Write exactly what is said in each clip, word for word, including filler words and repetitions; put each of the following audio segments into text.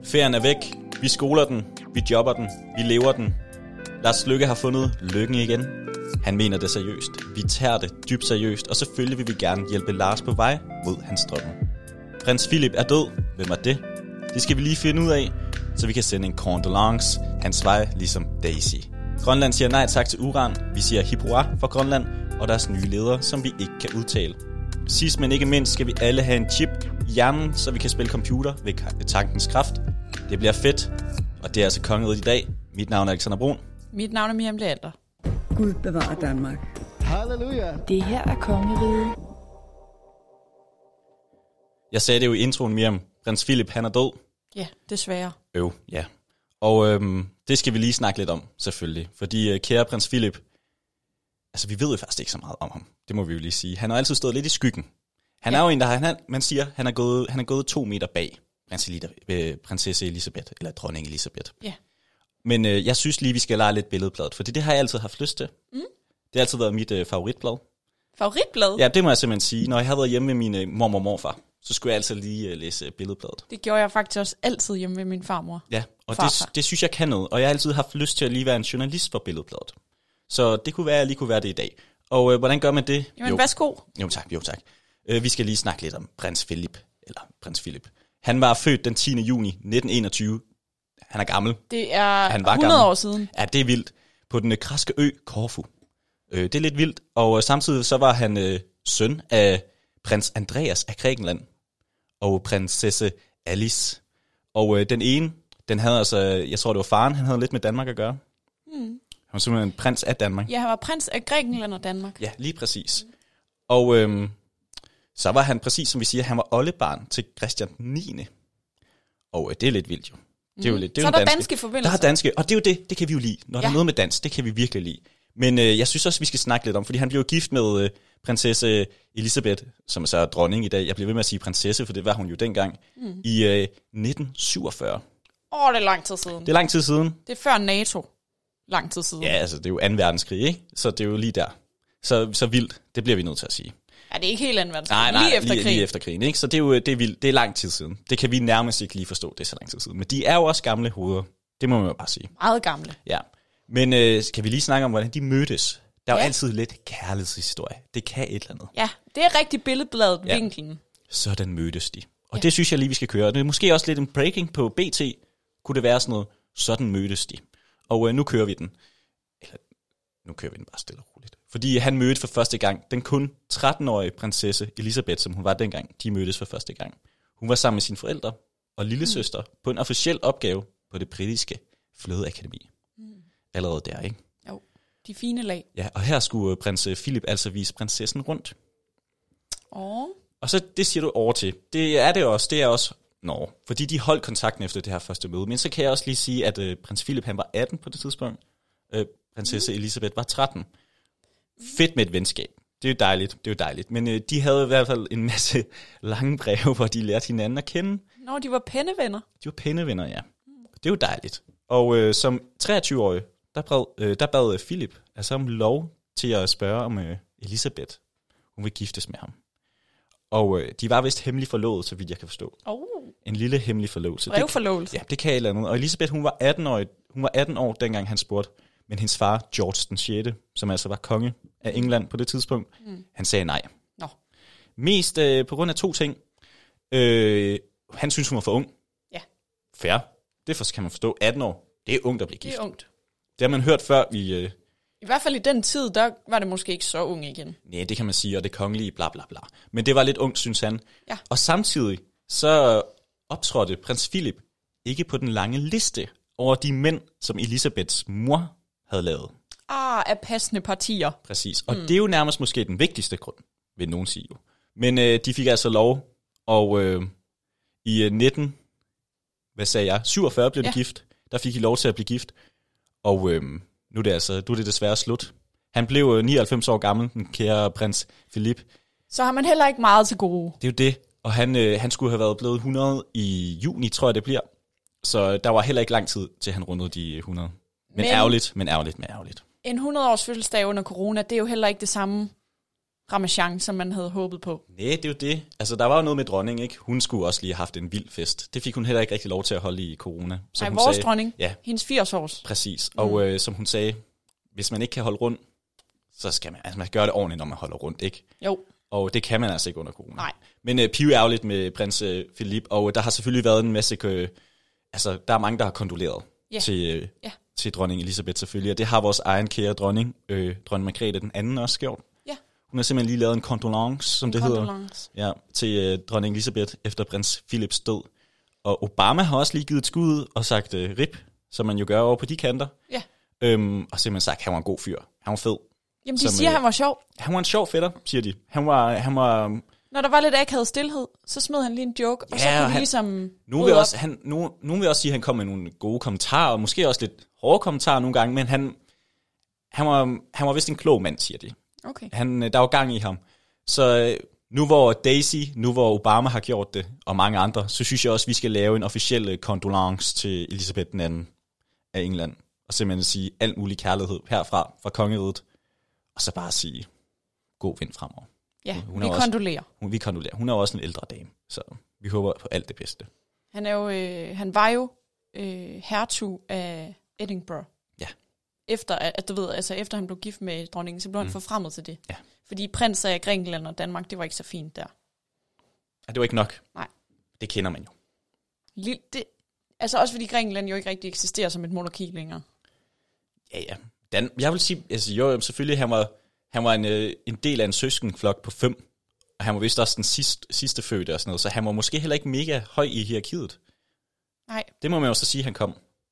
Ferien er væk. Vi skoler den. Vi jobber den. Vi lever den. Lars Løkke har fundet lykken igen. Han mener det seriøst. Vi tager det dybt seriøst, og selvfølgelig vil vi gerne hjælpe Lars på vej mod hans drømme. Prins Philip er død. Hvem er det? Det skal vi lige finde ud af, så vi kan sende en condolence hans vej, ligesom Daisy. Grønland siger nej tak til uran. Vi siger hip hurra for Grønland og deres nye ledere, som vi ikke kan udtale. Sidst men ikke mindst skal vi alle have en chip i hjernen, så vi kan spille computer ved tankens kraft. Det bliver fedt, og det er altså kongeriget i dag. Mit navn er Alexander Brun. Mit navn er Miriam Leander. Gud bevarer Danmark. Halleluja. Det her er kongeriget. Jeg sagde det jo i introen, Miriam. Prins Philip, han er død. Ja, desværre. Øv, ja. Og øhm, det skal vi lige snakke lidt om, selvfølgelig. Fordi øh, kære prins Philip, altså vi ved jo faktisk ikke så meget om ham. Det må vi jo lige sige. Han har altid stået lidt i skyggen. Han ja. er jo en, der har, han, man siger, han er gået, han er gået to meter bag prins Elita, øh, prinsesse Elisabeth, eller dronning Elisabeth. Ja. Men øh, jeg synes lige, vi skal lege lidt billedbladet, for det har jeg altid haft lyst til. Mm. Det har altid været mit øh, favoritblad. Favoritblad? Ja, det må jeg simpelthen sige. Når jeg har været hjemme med min øh, mormor og morfar, så skulle jeg altid lige øh, læse øh, billedbladet. Det gjorde jeg faktisk også altid hjemme med min farmor. Ja, og det, det synes jeg kan noget. Og jeg har altid haft lyst til at lige være en journalist for billedbladet. Så det kunne være, at jeg lige kunne være det i dag. Og øh, hvordan gør man det? Jamen, jo. værsgo. Jo tak, jo tak. Øh, vi skal lige snakke lidt om prins Philip, eller prins Philip. Han var født den tiende juni nitten enogtyve. Han er gammel. Det er han var hundrede gammel. år siden. Ja, det er vildt. På den øh, græske ø Korfu. Øh, det er lidt vildt. Og øh, samtidig så var han øh, søn af prins Andreas af Grækenland og prinsesse Alice. Og øh, den ene, den havde altså, jeg tror det var faren, han havde lidt med Danmark at gøre. Mm. Han var simpelthen en prins af Danmark. Ja, han var prins af Grækenland og Danmark. Ja, lige præcis. Mm. Og øh, så var han præcis som vi siger, han var oldebarn til Christian den niende. Og øh, det er lidt vildt jo. Det er jo lidt, det er så jo er der danske. danske forbindelser. Der er danske, og det er jo det, det kan vi jo lide. Når ja. der er noget med dans, det kan vi virkelig lide. Men øh, jeg synes også, vi skal snakke lidt om, fordi han blev gift med øh, prinsesse Elisabeth, som så er dronning i dag. Jeg bliver ved med at sige prinsesse, for det var hun jo dengang, mm. i øh, nitten syvogfyrre. Åh, oh, det er lang tid siden. Det er lang tid siden. Det er før NATO. Lang tid siden. Ja, altså det er jo anden verdenskrig, ikke? Så det er jo lige der. Så, så vildt, det bliver vi nødt til at sige. Ja, det er ikke helt anden verdenskrig. Nej, nej, lige efter lige, krigen. lige efter krigen, ikke? Så det er jo det er vildt. Det er lang tid siden. Det kan vi nærmest ikke lige forstå, det er så lang tid siden. Men de er jo også gamle hoveder. Det må man jo bare sige. Meget gamle. Ja. Men øh, skal vi lige snakke om, hvordan de mødtes? Der er ja. jo altid lidt kærlighedshistorie. Det kan et eller andet. Ja, det er rigtig billedbladet, ja. vinklen. Sådan mødtes de. Og ja. det synes jeg lige, vi skal køre. Det er måske også lidt en breaking på B T. Kunne det være sådan noget, sådan mødtes de. Og øh, nu kører vi den. Eller, nu kører vi den bare stille og roligt. Fordi han mødte for første gang den kun tretten-årige prinsesse Elisabeth, som hun var dengang. De mødtes for første gang. Hun var sammen med sine forældre og lillesøster mm. på en officiel opgave på det britiske flådeakademi. Mm. Allerede der, ikke? Jo, de fine lag. Ja, og her skulle prins Philip altså vise prinsessen rundt. Åh. Og så, det siger du over til. Det er det også, det er også Norge. Fordi de holdt kontakten efter det her første møde. Men så kan jeg også lige sige, at øh, prins Philip, han var atten på det tidspunkt. Øh, prinsesse mm. Elisabeth var tretten. Mm. Fedt med et venskab. Det er jo dejligt, det er jo dejligt. Men øh, de havde i hvert fald en masse lange breve, hvor de lærte hinanden at kende. Nå, de var pennevenner. De var pennevenner, ja. Mm. Det er jo dejligt. Og øh, som treogtyve-årig, der bad, øh, der bad Philip altså om lov til at spørge om øh, Elisabeth. Hun vil giftes med ham. Og øh, de var vist hemmelig forlovet, så vidt jeg kan forstå. Oh. En lille hemmelig forlovelse. Brevforlovelse. Ja, det kan et eller andet. Og Elisabeth, hun var atten år, hun var atten år, dengang han spurgte. Men hendes far, George den sjette, som altså var konge af England på det tidspunkt, mm. han sagde nej. Nå. Mest øh, på grund af to ting. Øh, han synes, hun var for ung. Ja. Fair. Det kan man forstå. atten år, det er ungt at blive gift. Det er ungt. Det har man hørt før i... Øh, I hvert fald i den tid, der var det måske ikke så ung igen. Nej, det kan man sige, og det kongelige, bla bla bla. Men det var lidt ungt, synes han. Ja. Og samtidig så optrådte prins Philip ikke på den lange liste over de mænd, som Elisabeths mor havde lavet. Ah, af passende partier. Præcis, og mm. det er jo nærmest måske den vigtigste grund, vil nogen sige jo. Men øh, de fik altså lov, og øh, i nitten, hvad sagde jeg, syvogfyrre blev de ja. gift. Der fik I lov til at blive gift, og øh, nu er det altså, nu er det desværre slut. Han blev nioghalvfems år gammel, den kære prins Philip. Så har man heller ikke meget til gode. Det er jo det, og han, øh, han skulle have været blevet hundrede i juni, tror jeg det bliver. Så der var heller ikke lang tid, til han rundede de hundrede. Men, men ærgerligt, men ærgerligt, men ærgerligt. En hundrede års fødselsdag under corona, det er jo heller ikke det samme ramachan, som man havde håbet på. Nej, det er jo det. Altså, der var jo noget med dronning, ikke? Hun skulle også lige have haft en vild fest. Det fik hun heller ikke rigtig lov til at holde i corona. Nej, vores sagde, dronning. Ja. Hendes firs års. Præcis. Og mm. øh, som hun sagde, hvis man ikke kan holde rundt, så skal man, altså man skal gøre det ordentligt, når man holder rundt, ikke? Jo. Og det kan man altså ikke under corona. Nej. Men øh, piv ærgerligt med prins øh, Philip, og der har selvfølgelig været en masse, øh, altså der er mange, der har kondoleret yeah. til, øh, yeah. til dronning Elisabeth selvfølgelig, og det har vores egen kære dronning, øh, dronning Margrethe den anden også gjort. Ja. Hun har simpelthen lige lavet en condolence, som en det condolence. hedder, ja, til øh, dronning Elisabeth efter prins Philips død. Og Obama har også lige givet et skud og sagt øh, rip, som man jo gør over på de kanter. Ja. Øhm, og simpelthen sagt, at han var en god fyr. Han var fed. Jamen, de som, siger, øh, han var sjov. Han var en sjov fætter, siger de. Han var... Han var Når der var lidt akavet stillhed, så smed han lige en joke, og ja, så kunne han, ligesom... Nu vil, også, han, nu, nu vil også sige, at han kom med nogle gode kommentarer, og måske også lidt hårde kommentarer nogle gange, men han, han, var, han var vist en klog mand, siger de. Okay. Han, der var gang i ham. Så nu hvor Daisy, nu hvor Obama har gjort det, og mange andre, så synes jeg også, at vi skal lave en officiel condolence til Elisabeth den anden af England, og simpelthen sige alt mulig kærlighed herfra, fra kongeriget, og så bare sige, god vind fremover. Ja, hun vi kondolerer. Hun, vi kondolerer. Hun er også en ældre dame, så vi håber på alt det bedste. Han, er jo, øh, han var jo øh, hertug af Edinburgh. Ja. Efter, at, du ved, altså efter han blev gift med dronningen, så blev mm. han forfremmet til det. Ja. Fordi prinser af Grækenland og Danmark, det var ikke så fint der. Ja, det var ikke nok. Nej. Det kender man jo. Lille, det, altså også fordi Grækenland jo ikke rigtig eksisterer som et monarki længere. Ja, ja. Dan, jeg vil sige, altså jo, selvfølgelig, han var, han var en, øh, en del af en søskenflok på fem, og han var vist også den sidste, sidste fødte og sådan noget, så han var måske heller ikke mega høj i hierarkiet. Nej. Det må man jo så sige, han kom.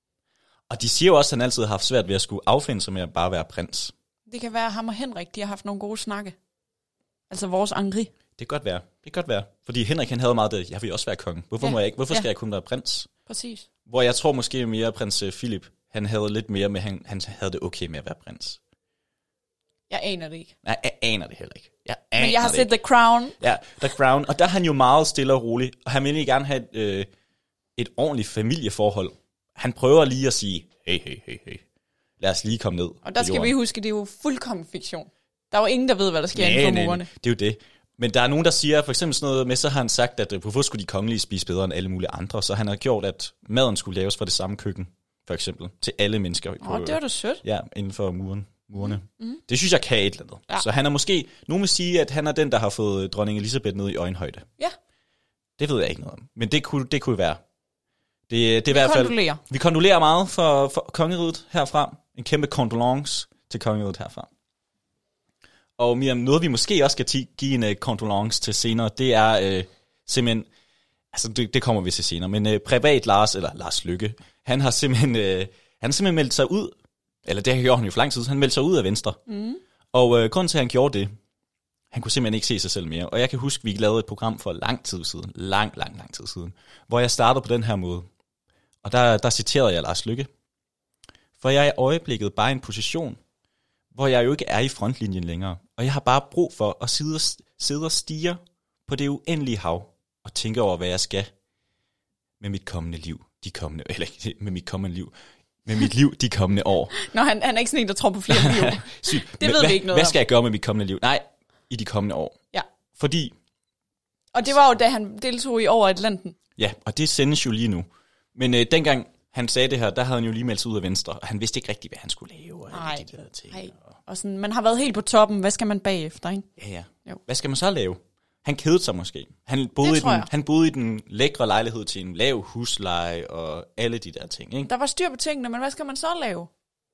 Og de siger jo også, at han altid har haft svært ved at skulle affinde sig med at bare være prins. Det kan være, at ham og Henrik, de har haft nogle gode snakke. Altså vores Angri. Det kan godt være. Det kan godt være. Fordi Henrik, han havde meget det, jeg vil også være konge. Hvorfor, ja. må jeg ikke? Hvorfor skal ja. jeg kun være prins? Præcis. Hvor jeg tror måske mere, prins Philip, han havde lidt mere med, han, han havde det okay med at være prins. Jeg aner det ikke. Nej, jeg aner det heller ikke. Jeg aner Men jeg har det set ikke. The Crown. Ja, The Crown. Og der er han jo meget stille og rolig. Og han vil egentlig gerne have et, øh, et ordentligt familieforhold. Han prøver lige at sige, hey, hey, hey, hey. Lad os lige komme ned. Og der skal vi huske, det er jo fuldkommen fiktion. Der er jo ingen, der ved, hvad der sker inden for murene. Det er jo det. Men der er nogen, der siger, for eksempel sådan noget med, så har han sagt, at hvorfor skulle de kongelige spise bedre end alle mulige andre? Så han har gjort, at maden skulle laves fra det samme køkken, for eksempel, til alle mennesker. Åh, oh, det var da sødt. Ja, inden for muren, murene. Mm. Det synes jeg kan et eller andet. Ja. Så han er måske, nogen vil sige, at han er den, der har fået dronning Elisabeth ned i øjenhøjde. Ja. Det ved jeg ikke noget om. Men det kunne, det kunne være. Det, det er vi i hvert fald, kondolerer. Vi kondolerer meget for, for kongeriget herfra. En kæmpe condolence til kongeriget herfra. Og Miriam, noget vi måske også skal t- give en uh, condolence til senere, det er uh, simpelthen, altså det, det kommer vi til senere, men uh, privat Lars, eller Lars Løkke, han har simpelthen, uh, han har simpelthen meldt sig ud, eller det har gjort han jo for lang tid, han meldte sig ud af Venstre. Mm. Og uh, grunden til, at han gjorde det, han kunne simpelthen ikke se sig selv mere. Og jeg kan huske, at vi lavede et program for lang tid siden, lang, lang, lang tid siden, hvor jeg startede på den her måde. Og der, der citerede jeg Lars Løkke. For jeg er i øjeblikket bare i en position, hvor jeg jo ikke er i frontlinjen længere. Og jeg har bare brug for at sidde, sidde og stige på det uendelige hav og tænke over, hvad jeg skal med mit kommende liv. De kommende, eller ikke med mit kommende liv. Med mit liv de kommende år. Nå, han, han er ikke sådan en, der tror på flere liv. Det ved hva, vi ikke noget Hvad om. skal jeg gøre med mit kommende liv? Nej, i de kommende år. Ja. Fordi... Og det var jo, da han deltog i Over Atlanten. Ja, og det sendes jo lige nu. Men øh, dengang han sagde det her, der havde han jo lige meldt sig ud af Venstre, og han vidste ikke rigtigt, hvad han skulle lave. Nej, de der ting, nej. Og... og sådan, man har været helt på toppen. Hvad skal man bagefter, ikke? Ja, ja. Jo. Hvad skal man så lave? Han kedede sig måske. Han boede, i den, han boede i den lækre lejlighed til en lav husleje og alle de der ting, ikke? Der var styr på tingene, men hvad skal man så lave?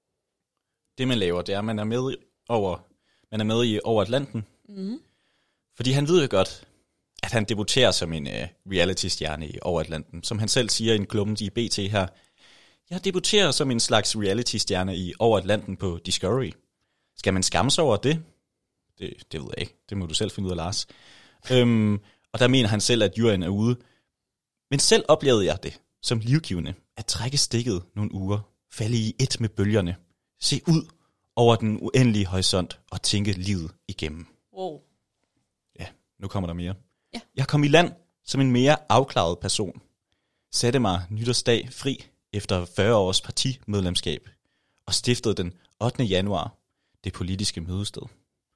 Det man laver, det er, at man er med over, man er med i Over Atlanten. Mm. Fordi han ved jo godt, at han debuterer som en uh, reality-stjerne i Over Atlanten. Som han selv siger i en klumme i B T her. Jeg debuterer som en slags reality-stjerne i Over Atlanten på Discovery. Skal man skamme sig over det? Det, det ved jeg ikke. Det må du selv finde ud af, Lars. øhm, og der mener han selv, at juryen er ude. Men selv oplevede jeg det som livgivende. At trække stikket nogle uger. Falde i et med bølgerne. Se ud over den uendelige horisont og tænke livet igennem. Wow. Ja, nu kommer der mere. Ja. Jeg kom i land som en mere afklaret person. Satte mig nytårsdag fri efter fyrre års partimedlemskab og stiftede den ottende januar det politiske mødested.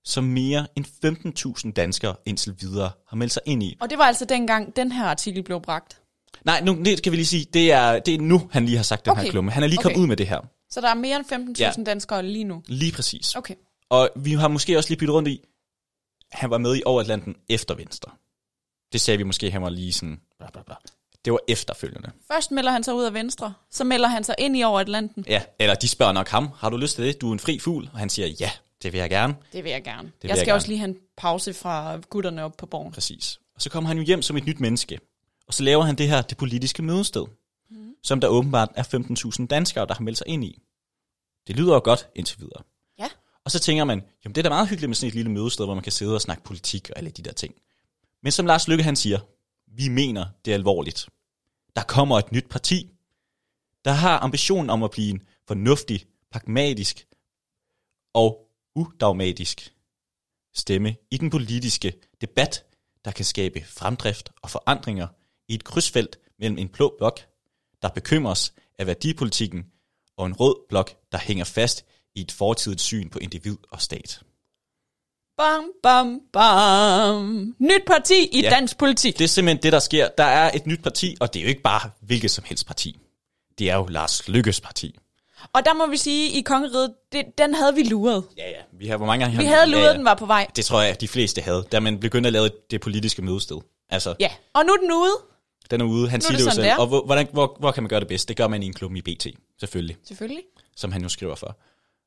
som mere end femten tusind danskere indtil videre har meldt sig ind i. Og det var altså dengang, den her artikel blev bragt? Nej, nu det skal vi lige sige, det er, det er nu, han lige har sagt den okay. her klumme. Han er lige kommet okay. ud med det her. Så der er mere end femten tusind ja. danskere lige nu? Lige præcis. Okay. Og vi har måske også lige byttet rundt i, han var med i Over Atlanten efter Venstre. Det sagde vi måske, han var lige sådan, bla bla bla. Det var efterfølgende. Først melder han sig ud af Venstre, så melder han sig ind i Over Atlanten. Ja, eller de spørger nok ham, har du lyst til det? Du er en fri fugl. Og han siger, ja, det vil jeg gerne. Det vil jeg gerne. Jeg, jeg skal jeg også lige have en pause fra gutterne op på borgen. Præcis. Og så kommer han jo hjem som et nyt menneske. Og så laver han det her, det politiske mødested, mm. som der åbenbart er femten tusind danskere, der har meldt sig ind i. Det lyder jo godt indtil videre. Ja. Og så tænker man, jamen det er da meget hyggeligt med sådan et lille mødested, hvor man kan sidde og snakke politik og alle de der ting. Men som Lars Løkke han siger, vi mener det er alvorligt. Der kommer et nyt parti, der har ambitionen om at blive en fornuftig, pragmatisk og udogmatisk stemme i den politiske debat, der kan skabe fremdrift og forandringer i et krydsfelt mellem en blå blok, der bekymres af værdipolitikken, og en rød blok, der hænger fast i et fortidigt syn på individ og stat. Bam, bam, bam. Nyt parti i ja, dansk politik. Det er simpelthen det, der sker. Der er et nyt parti, og det er jo ikke bare hvilket som helst parti. Det er jo Lars Løkkes parti. Og der må vi sige, i kongeriget, det, den havde vi luret. Ja, ja. Vi, har, hvor mange gange vi havde luret, ja, ja. Den var på vej. Det tror jeg, de fleste havde, da man begyndte at lave det politiske mødested. Altså, ja, og nu er den ude. Den er ude. Han siger det, det jo selv. Og hvor, hvordan, hvor, hvor kan man gøre det bedst? Det gør man i en klub i B T, selvfølgelig. Selvfølgelig. Som han jo skriver for.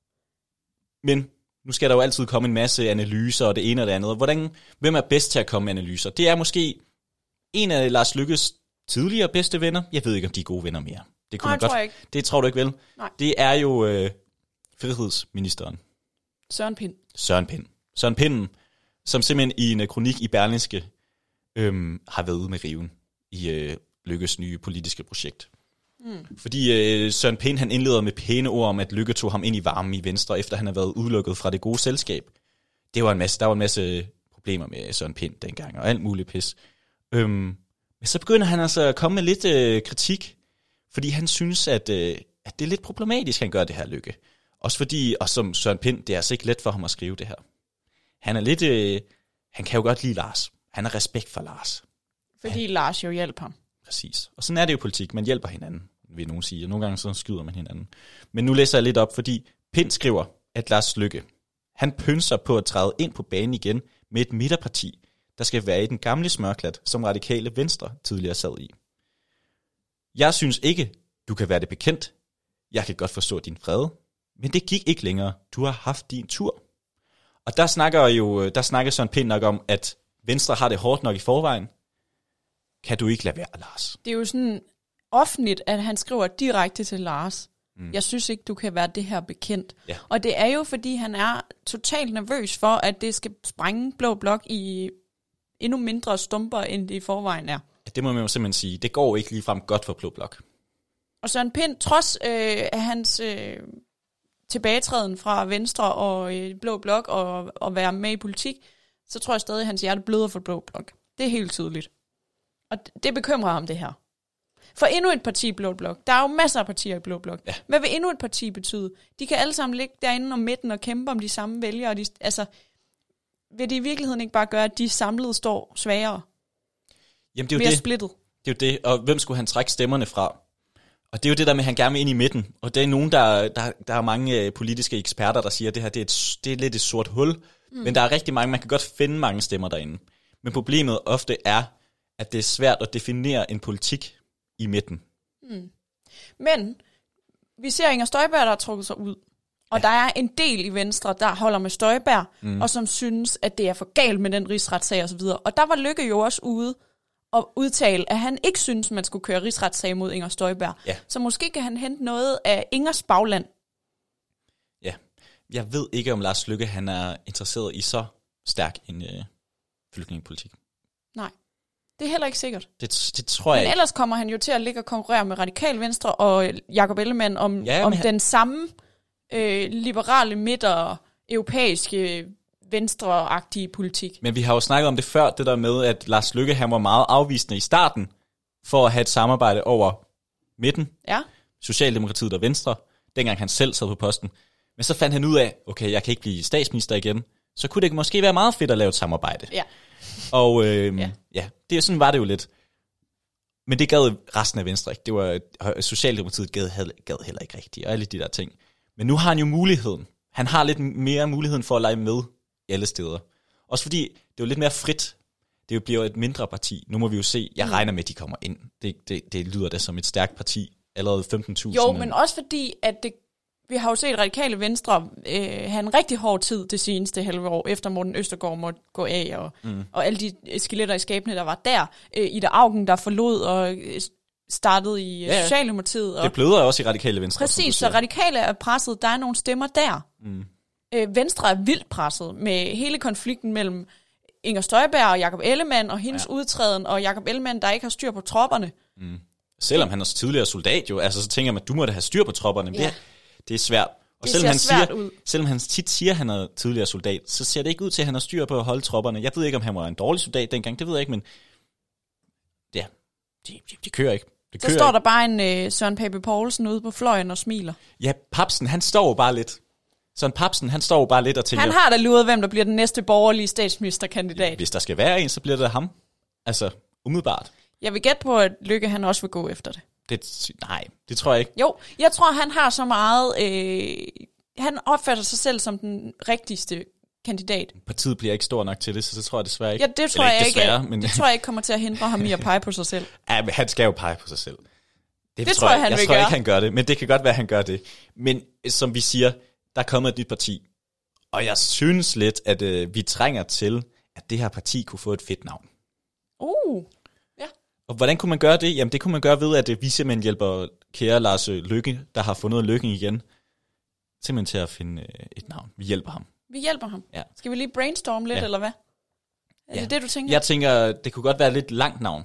Men nu skal der jo altid komme en masse analyser og det ene og det andet. Hvordan, hvem er bedst til at komme med analyser? Det er måske en af Lars Løkkes tidligere bedste venner. Jeg ved ikke, om de er gode venner mere. Det kunne Nej, man godt. Tror jeg ikke. Det tror du ikke vel? Nej. Det er jo øh, frihedsministeren. Søren Pind. Søren Pind. Søren Pind, som simpelthen i en kronik i Berlingske øhm, har været ude med riven i øh, Løkkes nye politiske projekt. Mm. Fordi øh, Søren Pind, han indleder med pæne ord om, at Løkke tog ham ind i varmen i Venstre, efter han har været udelukket fra det gode selskab. Det var en masse, der var en masse problemer med Søren Pind dengang, og alt muligt pis. Øhm, men så begynder han altså at komme med lidt øh, kritik, fordi han synes, at, øh, at det er lidt problematisk, han gør det her, Løkke. Også fordi, og som Søren Pind, det er altså ikke let for ham at skrive det her. Han er lidt, øh, han kan jo godt lide Lars. Han har respekt for Lars. Fordi han, Lars jo hjælper ham. Præcis. Og sådan er det jo politik, man hjælper hinanden, vil nogen sige, og nogle gange så skyder man hinanden. Men nu læser jeg lidt op, fordi Pind skriver, at Lars Løkke, han pønser på at træde ind på banen igen med et midterparti, der skal være i den gamle smørklat, som Radikale Venstre tidligere sad i. Jeg synes ikke, du kan være det bekendt. Jeg kan godt forstå din vrede, men det gik ikke længere. Du har haft din tur. Og der snakker jo, der snakker Søren Pind nok om, at Venstre har det hårdt nok i forvejen. Kan du ikke lade være, Lars? Det er jo sådan offentligt, at han skriver direkte til Lars. Mm. Jeg synes ikke, du kan være det her bekendt. Ja. Og det er jo, fordi han er totalt nervøs for, at det skal sprænge blå blok i endnu mindre stumper, end det i forvejen er. Ja, det må man jo simpelthen sige. Det går ikke ligefrem godt for blå blok. Og Søren Pind, trods øh, af hans øh, tilbagetræden fra Venstre og øh, blå blok og, og være med i politik, så tror jeg stadig, at hans hjerte bløder for blå blok. Det er helt tydeligt. Og det bekymrer ham, det her. For endnu et parti i blå blok. Der er jo masser af partier i blå blok. Ja. Hvad vil endnu et parti betyde? De kan alle sammen ligge derinde om midten og kæmpe om de samme vælgere. De, altså, vil det i virkeligheden ikke bare gøre, at de samlede står svagere? Jamen, det er jo mere det. splittet? Det er jo det. Og hvem skulle han trække stemmerne fra? Og det er jo det der med, at han gerne vil ind i midten. Og det er nogen, der, der, der er mange politiske eksperter, der siger, at det her det er, et, det er lidt et sort hul. Mm. Men der er rigtig mange, man kan godt finde mange stemmer derinde. Men problemet ofte er, at det er svært at definere en politik i midten. Mm. Men vi ser Inger Støjberg, der har trukket sig ud. Og ja. Der er en del i Venstre, der holder med Støjberg, mm. og som synes, at det er for galt med den rigsretssag osv. Og der var Løkke jo også ude og udtale, at han ikke synes, man skulle køre rigsretssag mod Inger Støjberg. Ja. Så måske kan han hente noget af Ingers bagland. Ja, jeg ved ikke, om Lars Løkke han er interesseret i så stærk en øh, flygtningepolitik. Nej. Det er heller ikke sikkert. Det, det tror jeg Men ellers kommer han jo til at ligge og konkurrere med Radikal Venstre og Jakob Ellemann om, ja, om han... den samme øh, liberale midter, europæiske venstreagtige politik. Men vi har jo snakket om det før, det der med, at Lars Løkke han var meget afvisende i starten for at have et samarbejde over midten. Ja. Socialdemokratiet og Venstre, dengang han selv sad på posten. Men så fandt han ud af, okay, jeg kan ikke blive statsminister igen, så kunne det måske være meget fedt at lave et samarbejde. Ja. Og øh, ja. ja, det, sådan var det jo lidt. Men det gad resten af Venstre ikke. Det var, Socialdemokratiet gad, gad heller ikke rigtigt, og alle de der ting. Men nu har han jo muligheden. Han har lidt mere muligheden for at lege med alle steder. Også fordi det er jo lidt mere frit. Det bliver jo et mindre parti. Nu må vi jo se. Jeg regner med, at de kommer ind. Det, det, det lyder da som et stærkt parti. Allerede femten tusind. Jo, men også fordi, at det, vi har jo set Radikale Venstre øh, have en rigtig hård tid det seneste halve år, efter Morten Østergaard måtte gå af, og, mm. og alle de skeletter i skabene, der var der. Øh, Ida Auken, der forlod og startede i ja, Socialdemokratiet. Og det bløder også i Radikale Venstre. Præcis, så Radikale er presset. Der er nogle stemmer der. Mm. Øh, Venstre er vildt presset med hele konflikten mellem Inger Støjberg og Jakob Ellemann, og hendes ja. udtræden, og Jakob Ellemann, der ikke har styr på tropperne. Mm. Selvom han er tidligere soldat jo, altså så tænker man, at du må da have styr på tropperne. Ja. Det, det er svært. Og det selvom han, svært siger, ud. selvom han tit siger, at han er tidligere soldat, så ser det ikke ud til, at han har styr på at holde tropperne. Jeg ved ikke, om han var en dårlig soldat dengang, det ved jeg ikke, men ja, de, de, de kører ikke. De så kører står ikke. der bare en øh, Søren Pape Poulsen ude på fløjen og smiler. Ja, Papsen, han står jo bare lidt. Søren Papsen, han står jo bare lidt og tænker... Han har da luret, hvem der bliver den næste borgerlige statsministerkandidat. Ja, hvis der skal være en, så bliver det ham. Altså, umiddelbart. Jeg vil gætte på, at Løkke han også vil gå efter det. det nej, det tror jeg ikke. Jo, jeg tror, han har så meget... Øh, han opfatter sig selv som den rigtigste kandidat. Partiet bliver ikke stor nok til det, så det tror jeg desværre ikke. Ja, det tror, jeg ikke, desværre, men... det tror jeg ikke kommer til at hindre ham i at pege på sig selv. Ja, men han skal jo pege på sig selv. Det, det tror jeg, jeg han jeg vil tror gøre. ikke, han gør det, men det kan godt være, han gør det. Men som vi siger, der er kommet et nyt parti. Og jeg synes lidt, at øh, vi trænger til, at det her parti kunne få et fedt navn. Uh, ja. Og hvordan kunne man gøre det? Jamen det kunne man gøre ved, at øh, vi simpelthen hjælper kære Lars Løkke, der har fundet lykken igen, simpelthen til at finde øh, et navn. Vi hjælper ham. Vi hjælper ham. Ja. Skal vi lige brainstorme lidt, ja. eller hvad? Er ja. det det, du tænker? Jeg tænker, det kunne godt være et lidt langt navn.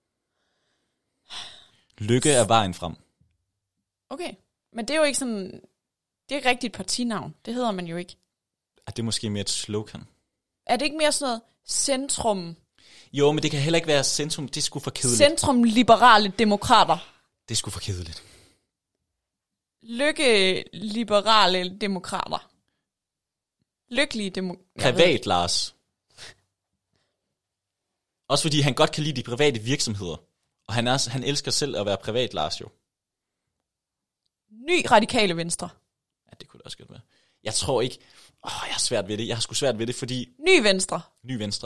Lykke er vejen frem. Okay, men det er jo ikke sådan... Det er ikke rigtigt partinavn. Det hedder man jo ikke. Er det måske mere et slogan? Er det ikke mere sådan noget centrum? Jo, men det kan heller ikke være centrum. Det er sgu for kedeligt. Centrum liberale demokrater. Det er sgu for kedeligt. Lykke liberale demokrater. Lykkelige demokrater. Privat Lars. Også fordi han godt kan lide de private virksomheder. Og han, er, han elsker selv at være privat Lars jo. Ny Radikale Venstre. Ja, det kunne det også godt være. Jeg tror ikke... Åh, jeg har svært ved det. Jeg har sgu svært ved det, fordi... Ny Venstre. Ny Venstre.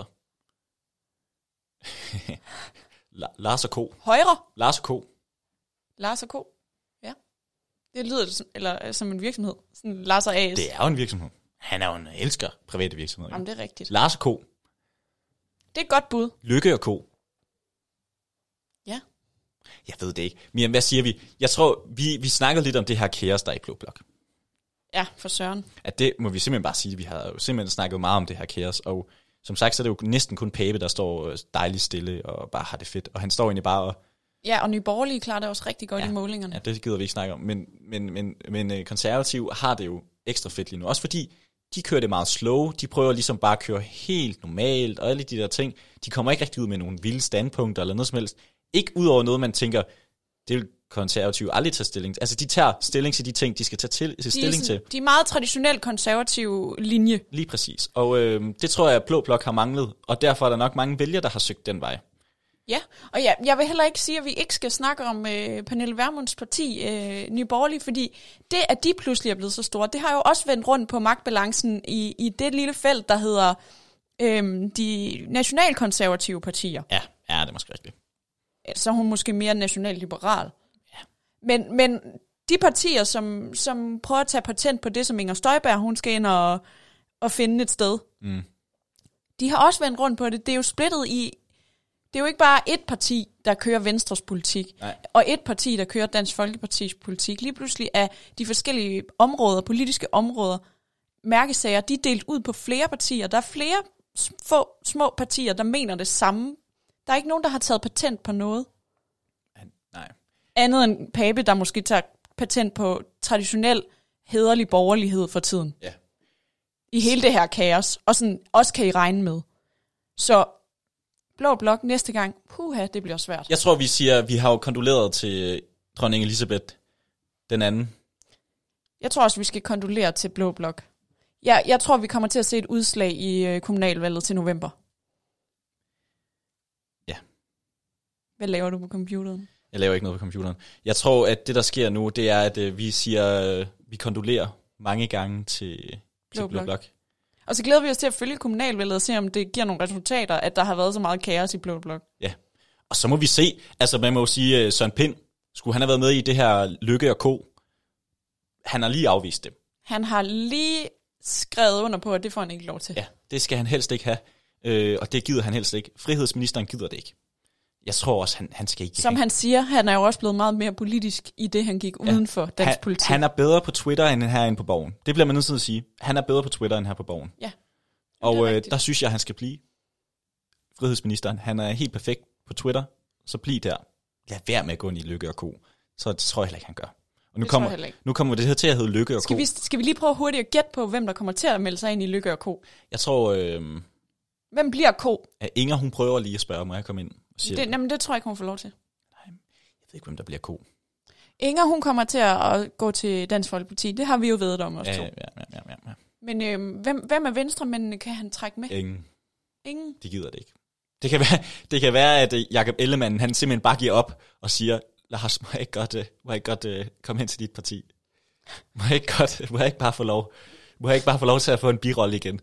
Lars og Ko. Højre. Lars og Ko. Lars og Ko. Ja. Det lyder som, eller, som en virksomhed. Sådan Lars og A S. Det er jo en virksomhed. Han er jo en elsker private virksomheder. Jamen, det er rigtigt. Lars og Ko. Det er et godt bud. Lykke og Ko. Ja. Jeg ved det ikke. Men hvad siger vi? Jeg tror, vi, vi snakkede lidt om det her kaos, der er i Blå Blok. Ja, for søren. At det må vi simpelthen bare sige. Vi har jo simpelthen snakket meget om det her kaos. Og som sagt, så er det jo næsten kun Pape, der står dejligt stille og bare har det fedt. Og han står egentlig bare og... Ja, og Nye Borgerlige klarer det også rigtig godt ja, i målingerne. Ja, det gider vi ikke snakke om. Men, men, men, men konservative har det jo ekstra fedt lige nu. Også fordi de kører det meget slow. De prøver ligesom bare at køre helt normalt. Og alle de der ting. De kommer ikke rigtig ud med nogle vilde standpunkter eller noget som helst. Ikke ud over noget, man tænker, det vil konservative aldrig tage stilling til. Altså, de tager stilling til de ting, de skal tage til, til stilling sådan, til. De er meget traditionelt konservative linje. Lige præcis. Og øh, det tror jeg, at Blå Blok har manglet. Og derfor er der nok mange vælgere, der har søgt den vej. Ja, og ja, jeg vil heller ikke sige, at vi ikke skal snakke om øh, Pernille Vermunds parti, øh, Nye Borgerlige, fordi det, at de pludselig er blevet så store, det har jo også vendt rundt på magtbalancen i, i det lille felt, der hedder øh, de nationalkonservative partier. Ja, ja, det er måske rigtigt. Så er hun måske mere nationalliberal. Ja. Men, men de partier, som, som prøver at tage patent på det, som Inger Støjberg, hun skal ind og, og finde et sted, mm. de har også vendt rundt på det. Det er jo splittet i, det er jo ikke bare et parti, der kører Venstres politik, nej, og et parti, der kører Dansk Folkepartis politik. Lige pludselig er de forskellige områder, politiske områder, mærkesager, de er delt ud på flere partier. Der er flere få små partier, der mener det samme. Der er ikke nogen, der har taget patent på noget. Nej. Andet end Pape, der måske tager patent på traditionel, hæderlig borgerlighed for tiden. Ja. I hele det her kaos. Og sådan også kan I regne med. Så Blå Blok næste gang, puha, det bliver svært. Jeg tror, vi siger, vi har jo kondoleret til dronning Elisabeth den anden. Jeg tror også, vi skal kondolere til Blå Blok. Ja, jeg tror, vi kommer til at se et udslag i øh, kommunalvalget til november. Ja. Hvad laver du på computeren? Jeg laver ikke noget på computeren. Jeg tror, at det, der sker nu, det er, at øh, vi siger, øh, vi kondolerer mange gange til Blå, til Blå Blok. Og så glæder vi os til at følge kommunalvalget og se, om det giver nogle resultater, at der har været så meget kaos i Blå Blok. Ja, og så må vi se. Altså, man må jo sige, uh, Søren Pind, skulle han have været med i det her Lykke og Co. Han har lige afvist det. Han har lige skrevet under på, at det får han ikke lov til. Ja, det skal han helst ikke have, øh, og det gider han helst ikke. Frihedsministeren gider det ikke. Jeg tror også, han, han skal ikke... Som han siger, han er jo også blevet meget mere politisk i det, han gik ja. uden for dansk han, politik. Han er bedre på Twitter, end herinde på Borgen. Det bliver man nødt til at sige. Han er bedre på Twitter, end her på Borgen. Ja. Og øh, der synes jeg, han skal blive. Frihedsministeren, han er helt perfekt på Twitter, så bliv der. Lad være med at gå ind i Lykke og Co. Så det tror jeg heller ikke, han gør. Og nu det kommer, nu kommer det her til at hedde Lykke og skal Co. Vi, skal vi lige prøve hurtigt at gætte på, hvem der kommer til at melde sig ind i Lykke og Co? Jeg tror... Øh, hvem bliver Co? At Inger, hun prøver lige at spørge mig, at komme ind og sige... Det, jamen, det tror jeg ikke, hun får lov til. Nej, jeg ved ikke, hvem der bliver Co. Inger, hun kommer til at gå til Dansk Folkeparti. Det har vi jo vedet om os ja, to. Ja, ja, ja, ja, ja. Men øh, hvem, hvem af venstremændene kan han trække med? Ingen. Ingen? De gider det ikke. Det kan være, det kan være at Jakob Ellemann, han simpelthen bare giver op og siger, Lars, må jeg ikke godt, må jeg ikke godt uh, komme hen til dit parti? Må jeg ikke godt, må jeg ikke bare få lov, må jeg ikke bare få lov til at få en birolle igen?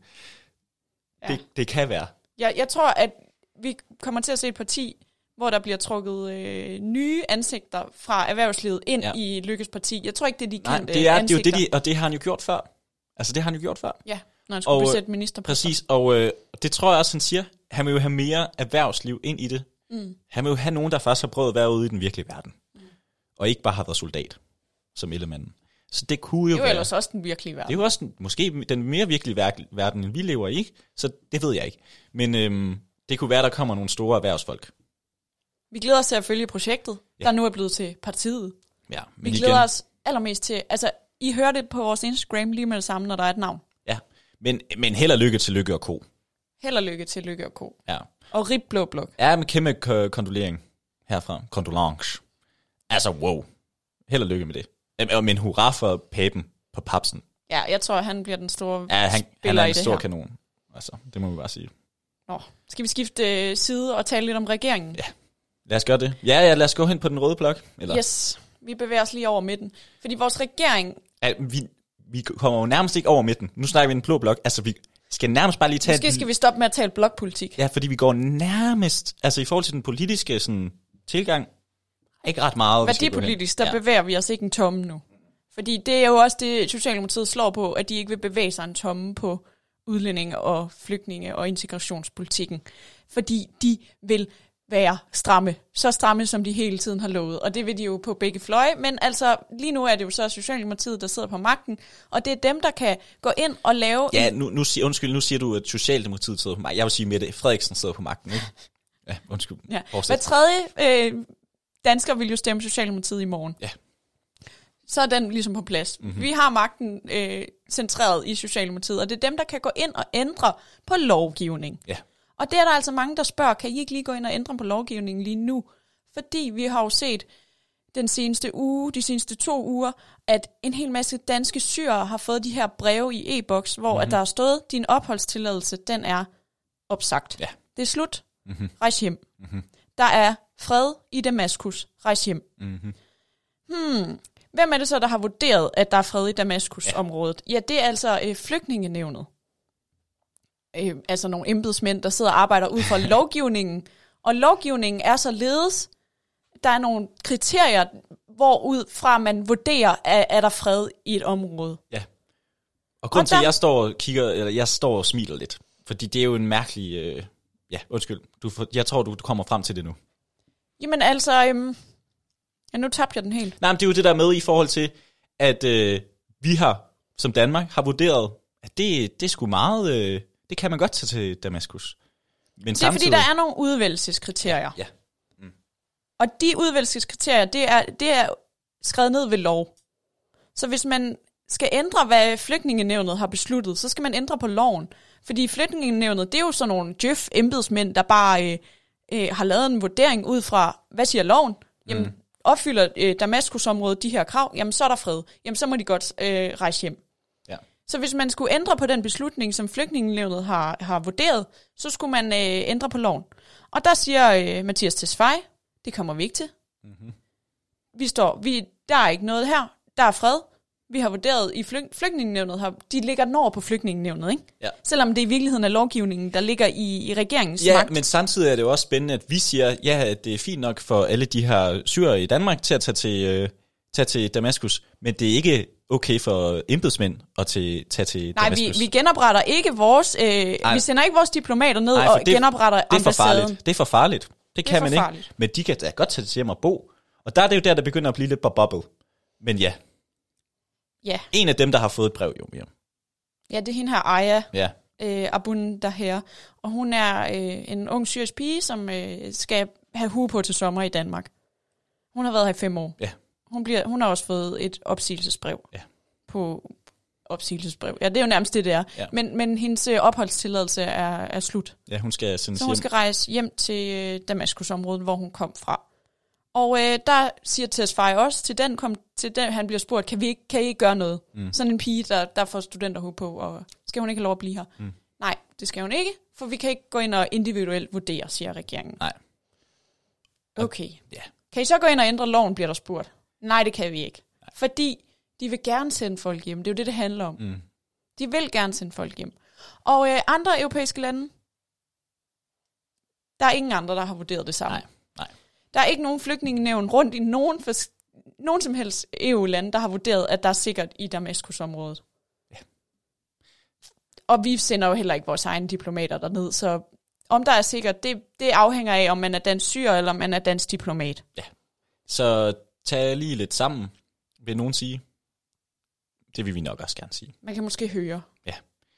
Ja. Det, det kan være. Jeg, jeg tror, at vi kommer til at se et parti, hvor der bliver trukket øh, nye ansigter fra erhvervslivet ind ja. i Lykkes parti. Jeg tror ikke, det er de kendte Nej, det er, ansigter. Det er jo det, de, og det har han jo gjort før. Altså, det har han jo gjort før. Ja, når han skulle og, besætte ministerposter. Præcis, og øh, det tror jeg også, han siger. Han vil jo have mere erhvervsliv ind i det. Mm. Han vil jo have nogen, der faktisk har prøvet at være ude i den virkelige verden. Mm. Og ikke bare har været soldat, som Ellemann. Så det kunne jo Det er jo være, ellers også den virkelige verden. Det er jo også den, måske den mere virkelige verden, end vi lever i. Så det ved jeg ikke. Men øhm, det kunne være, der kommer nogle store erhvervsfolk. Vi glæder os til at følge projektet, ja. der nu er blevet til partiet. Ja, men vi igen, glæder os allermest til... Altså, I hører det på vores Instagram lige med det samme, når der er et navn. Ja, men, men held og lykke til Lykke og Co. Held og lykke til Lykke og Co. Ja. Og rip Blå Blok. Ja, med kæmpe k- kondolering herfra. Kondolence. Altså, wow. Held og lykke med det. Men hurra for Papen på papsen. Ja, jeg tror, han bliver den store ja, han, spiller han er i en det stor her. kanon. Altså, det må vi bare sige. Nå, skal vi skifte uh, side og tale lidt om regeringen? Ja, lad os gøre det. Ja, ja, lad os gå hen på den røde blok. Eller? Yes, vi bevæger os lige over midten. Fordi vores regering... Ja, vi, vi kommer jo nærmest ikke over midten. Nu snakker vi en blå blok. Altså, vi skal nærmest bare lige tage... Måske skal vi stoppe med at tale blokpolitik. Ja, fordi vi går nærmest... Altså, i forhold til den politiske sådan, tilgang, ikke ret meget... Værdipolitisk, der ja. bevæger vi os ikke en tomme nu. Fordi det er jo også det, Socialdemokratiet slår på, at de ikke vil bevæge sig en tomme på udlændinge og flygtninge og integrationspolitikken. Fordi de vil være stramme. Så stramme, som de hele tiden har lovet. Og det vil de jo på begge fløje. Men altså, lige nu er det jo så Socialdemokratiet, der sidder på magten. Og det er dem, der kan gå ind og lave... Ja, nu, nu, undskyld, nu siger du, at Socialdemokratiet sidder på magten. Jeg vil sige, Mette Frederiksen sidder på magten, ikke? Ja, undskyld. Ja. Hver tredje øh, dansker vil jo stemme Socialdemokratiet i morgen. Ja. Så er den ligesom på plads. Mm-hmm. Vi har magten øh, centreret i Socialdemokratiet, og det er dem, der kan gå ind og ændre på lovgivning. Ja. Og det er der altså mange, der spørger, kan I ikke lige gå ind og ændre på lovgivningen lige nu? Fordi vi har jo set den seneste uge, de seneste to uger, at en hel masse danske syrere har fået de her breve i e-boks, hvor mm-hmm. at der er stået, din opholdstilladelse, den er opsagt. Ja. Det er slut. Mm-hmm. Rejs hjem. Mm-hmm. Der er fred i Damaskus. Rejs hjem. Mm-hmm. Hmm... Hvem er det så, der har vurderet, at der er fred i Damaskus-området? Ja. ja, det er altså øh, flygtningenævnet. Øh, altså nogle embedsmænd, der sidder og arbejder ud fra lovgivningen. Og lovgivningen er således, der er nogle kriterier, hvorud fra man vurderer, at er der fred i et område. Ja. Og grunden til, at jeg står og kigger, eller jeg står og smiler lidt, fordi det er jo en mærkelig... Øh, ja, undskyld. Du, jeg tror, du kommer frem til det nu. Jamen altså... Øh, Ja, nu tabte jeg den helt. Nej, men det er jo det der med i forhold til, at øh, vi har, som Danmark, har vurderet, at det, det er sgu meget, øh, det kan man godt tage til Damaskus. Men det er samtidig... fordi, der er nogle udvælgelseskriterier. Ja. Mm. Og de udvælgelseskriterier, det er, det er skrevet ned ved lov. Så hvis man skal ændre, hvad flygtningenævnet har besluttet, så skal man ændre på loven. Fordi flygtningenævnet, det er jo sådan nogle djøf-embedsmænd, der bare øh, øh, har lavet en vurdering ud fra, hvad siger loven? Jamen, mm. opfylder øh, Damaskusområdet de her krav, jamen så er der fred. Jamen så må de godt øh, rejse hjem. Ja. Så hvis man skulle ændre på den beslutning, som Flygtningenævnet har, har vurderet, så skulle man øh, ændre på loven. Og der siger øh, Mattias Tesfaye, det kommer vi ikke til. Mm-hmm. Vi står, vi, der er ikke noget her, der er fred. Vi har vurderet i flyg, Flygtningenævnet, har, de ligger den over på Flygtningenævnet, ikke? Ja. Selvom det i virkeligheden er lovgivningen, der ligger i, i regeringens ja, magt. Men samtidig er det jo også spændende, at vi siger, ja, at det er fint nok for alle de her syrere i Danmark til at tage til, øh, tage til Damaskus, men det er ikke okay for embedsmænd at til, tage til Nej, Damaskus. Nej, vi, vi genopretter ikke vores, øh, vi sender ikke vores diplomater ned Nej, og det, genopretter det er for ambassaden. Farligt. Det er for farligt. Det, det kan man farligt. ikke. Men de kan da godt tage hjem og bo. Og der er det jo der, der begynder at blive lidt bubble. Men ja. Ja. En af dem, der har fået et brev, jo mere. Ja, det er hende her, Aya. Ja. Øh, Abun Daher. Og hun er øh, en ung syrisk pige, som øh, skal have hue på til sommer i Danmark. Hun har været her i fem år. Ja. Hun, bliver, hun har også fået et opsigelsesbrev. Ja. På opsigelsesbrev. Ja, det er jo nærmest det, det er. Ja. Men, men hendes øh, opholdstilladelse er, er slut. Ja, hun skal sendes Så hun hjem. skal rejse hjem til øh, Damaskusområdet, hvor hun kom fra. Og øh, der siger Tesfaye også, til den, kom, til den han bliver spurgt, kan, vi ikke, kan I ikke gøre noget? Mm. Sådan en pige, der, der får studenterhue på, og skal hun ikke have lov at blive her? Mm. Nej, det skal hun ikke, for vi kan ikke gå ind og individuelt vurdere, siger regeringen. Nej. Okay. Ja. Kan I så gå ind og ændre loven, bliver der spurgt? Nej, det kan vi ikke. Nej. Fordi de vil gerne sende folk hjem. Det er jo det, det handler om. Mm. De vil gerne sende folk hjem. Og øh, andre europæiske lande, der er ingen andre, der har vurderet det samme. Nej. Nej. Der er ikke nogen flygtningenævn rundt i nogen, for, nogen som helst E U-lande, der har vurderet, at der er sikkert i Damaskusområdet. Ja. Og vi sender jo heller ikke vores egne diplomater derned, så om der er sikkert, det, det afhænger af, om man er dansk syrer, eller om man er dansk diplomat. Ja. Så tag lige lidt sammen, vil nogen sige. Det vil vi nok også gerne sige. Man kan måske høre. Ja.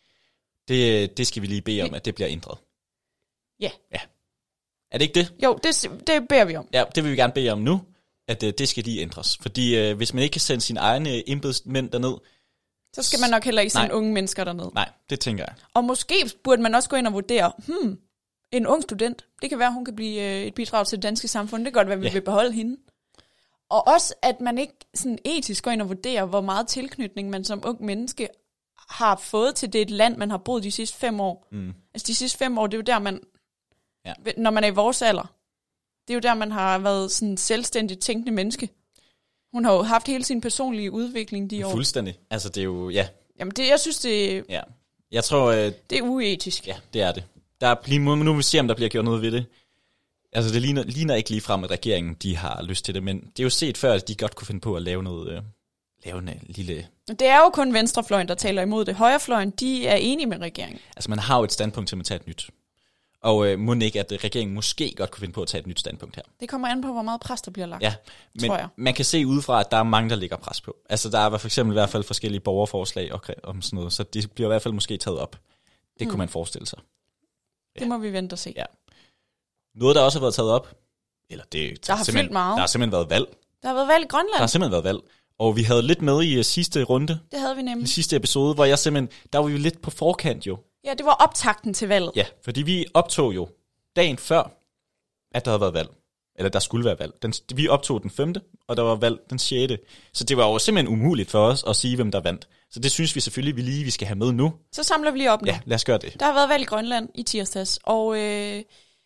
Det, det skal vi lige bede om, at det bliver ændret. Ja. Ja. Er det ikke det? Jo, det, det beder vi om. Ja, det vil vi gerne bede om nu, at uh, det skal lige ændres. Fordi uh, hvis man ikke kan sende sine egne embedsmænd derned, så skal man nok heller ikke sende nej. unge mennesker derned. Nej, det tænker jeg. Og måske burde man også gå ind og vurdere, hmm, en ung student, det kan være, hun kan blive uh, et bidrag til det danske samfund. Det kan godt være, vi ja. vil beholde hende. Og også, at man ikke sådan etisk går ind og vurderer, hvor meget tilknytning man som ung menneske har fået til det et land, man har boet de sidste fem år. Mm. Altså de sidste fem år, det er jo der, man... Ja. Når man er i vores alder. Det er jo der, man har været sådan selvstændigt tænkende menneske. Hun har jo haft hele sin personlige udvikling de år. Fuldstændig. Altså det er jo, ja. Jamen det, jeg synes det... Ja. Jeg tror... Øh, det er uetisk. Ja, det er det. Der er, nu vil vi se, om der bliver gjort noget ved det. Altså det ligner, ligner ikke lige frem, at regeringen de har lyst til det, men det er jo set før, at de godt kunne finde på at lave noget... Øh, lave en lille... Det er jo kun venstrefløjen, der taler imod det. Højrefløjen, de er enige med regeringen. Altså man har jo et standpunkt til at tage et nyt. Og øh, må ikke, at regeringen måske godt kunne finde på at tage et nyt standpunkt her. Det kommer an på, hvor meget pres der bliver lagt, ja, men tror jeg. Man kan se udefra, at der er mange, der ligger pres på. Altså der er for eksempel i hvert fald forskellige borgerforslag og, om sådan noget, så det bliver i hvert fald måske taget op. Det hmm. kunne man forestille sig. Ja. Det må vi vente og se. Ja. Noget, der også har været taget op, eller det der har fyldt meget. Der har simpelthen været valg. Der har været valg i Grønland. Der har simpelthen været valg. Og vi havde lidt med i sidste runde. Det havde vi nemlig. I sidste episode, hvor jeg simpelthen, der var vi jo lidt på forkant jo. Ja, det var optakten til valget. Ja, fordi vi optog jo dagen før, at der havde været valg. Eller der skulle være valg. Den, vi optog den femte, og der var valg den sjette. Så det var jo simpelthen umuligt for os at sige, hvem der vandt. Så det synes vi selvfølgelig, vi lige vi skal have med nu. Så samler vi lige op nu. Ja, lad os gøre det. Der har været valg i Grønland i tirsdags, og øh,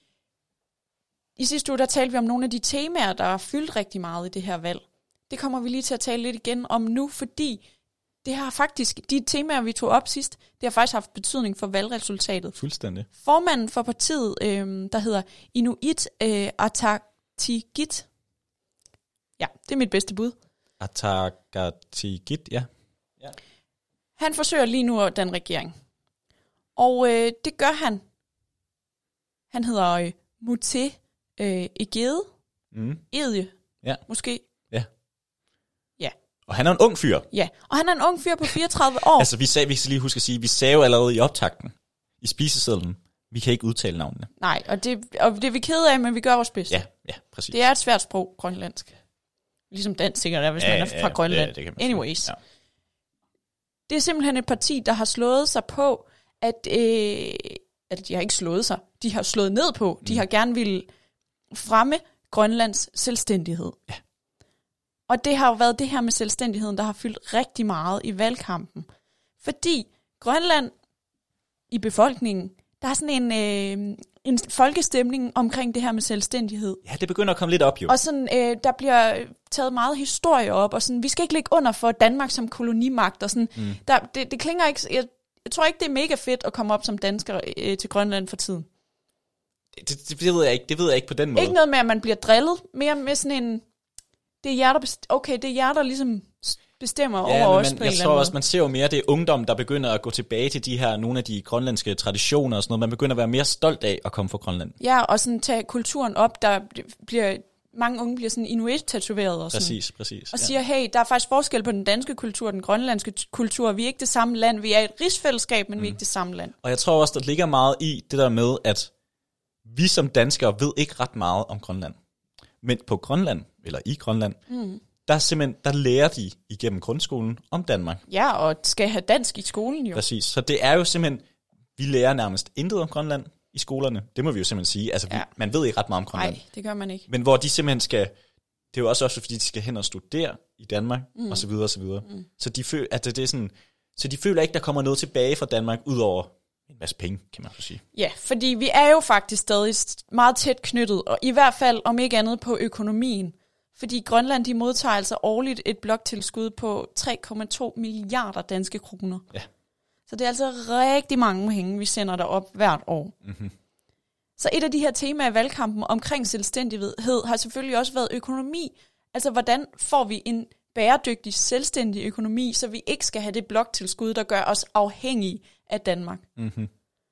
i sidste uge, der talte vi om nogle af de temaer, der har fyldt rigtig meget i det her valg. Det kommer vi lige til at tale lidt igen om nu, fordi det har faktisk, de temaer, vi tog op sidst, det har faktisk haft betydning for valgresultatet. Fuldstændig. Formanden for partiet, øh, der hedder Inuit øh, Ataqatigiit. Ja, det er mit bedste bud. Ataqatigiit, ja. ja. Han forsøger lige nu at danne regering. Og øh, det gør han. Han hedder øh, Mute øh, Egede. Mm. Edje, ja. måske. Ja. Ja. Og han er en ung fyr. Ja, og han er en ung fyr på fireogtredive år. Altså, vi sagde, vi skal lige huske at sige, vi sagde jo allerede i optakten, i spisesedlen, vi kan ikke udtale navnene. Nej, og det, og det er vi kede af, men vi gør vores bedste. Ja, ja, præcis. Det er et svært sprog, grønlandsk. Ligesom dansk sikkert er, hvis ja, man er fra ja, Grønland. Det, det kan man Anyways. Ja. Det er simpelthen et parti, der har slået sig på, at, øh, at de har ikke slået sig, de har slået ned på, de mm. har gerne ville fremme Grønlands selvstændighed. Ja. Og det har jo været det her med selvstændigheden, der har fyldt rigtig meget i valgkampen. Fordi Grønland i befolkningen, der er sådan en, øh, en folkestemning omkring det her med selvstændighed. Ja, det begynder at komme lidt op jo. Og sådan, øh, der bliver taget meget historie op, og sådan, vi skal ikke ligge under for Danmark som kolonimagt, og sådan, mm. der, det, det klinger ikke, jeg, jeg tror ikke, det er mega fedt at komme op som dansker øh, til Grønland for tiden. Det, det, det ved jeg ikke, det ved jeg ikke på den måde. Ikke noget med, at man bliver drillet, mere med sådan en, det er jer, der, best, okay, det er jer, der ligesom bestemmer ja, over men os man, på jeg en tror eller også, anden man ser jo mere, det er ungdom, der begynder at gå tilbage til de her, nogle af de grønlandske traditioner og sådan noget. Man begynder at være mere stolt af at komme fra Grønland. Ja, og sådan tage kulturen op, der bliver, mange unge bliver sådan inuit-tatoveret og sådan. Præcis, præcis. Og ja. siger, hey, der er faktisk forskel på den danske kultur og den grønlandske kultur. Vi er ikke det samme land. Vi er et rigsfællesskab, men mm. vi er ikke det samme land. Og jeg tror også, der ligger meget i det der med, at vi som danskere ved ikke ret meget om Grønland. Men på Grønland, eller i Grønland, mm. der, simpelthen, der lærer de igennem grundskolen om Danmark. Ja, og skal have dansk i skolen jo. Præcis, så det er jo simpelthen, vi lærer nærmest intet om Grønland i skolerne. Det må vi jo simpelthen sige. Altså, vi, ja. man ved ikke ret meget om Grønland. Nej, det gør man ikke. Men hvor de simpelthen skal, det er jo også, også fordi, de skal hen og studere i Danmark, mm. og så videre, og så videre. Mm. Så, de føler, at det, det er sådan, så de føler ikke, der kommer noget tilbage fra Danmark, udover en masse penge, kan man så sige. Ja, fordi vi er jo faktisk stadig meget tæt knyttet, og i hvert fald om ikke andet på økonomien. Fordi Grønland, de modtager altså årligt et bloktilskud på tre komma to milliarder danske kroner. Ja. Så det er altså rigtig mange penge, vi sender derop hvert år. Mm-hmm. Så et af de her temaer i valgkampen omkring selvstændighed har selvfølgelig også været økonomi. Altså, hvordan får vi en bæredygtig, selvstændig økonomi, så vi ikke skal have det bloktilskud, der gør os afhængige af Danmark. Mm-hmm.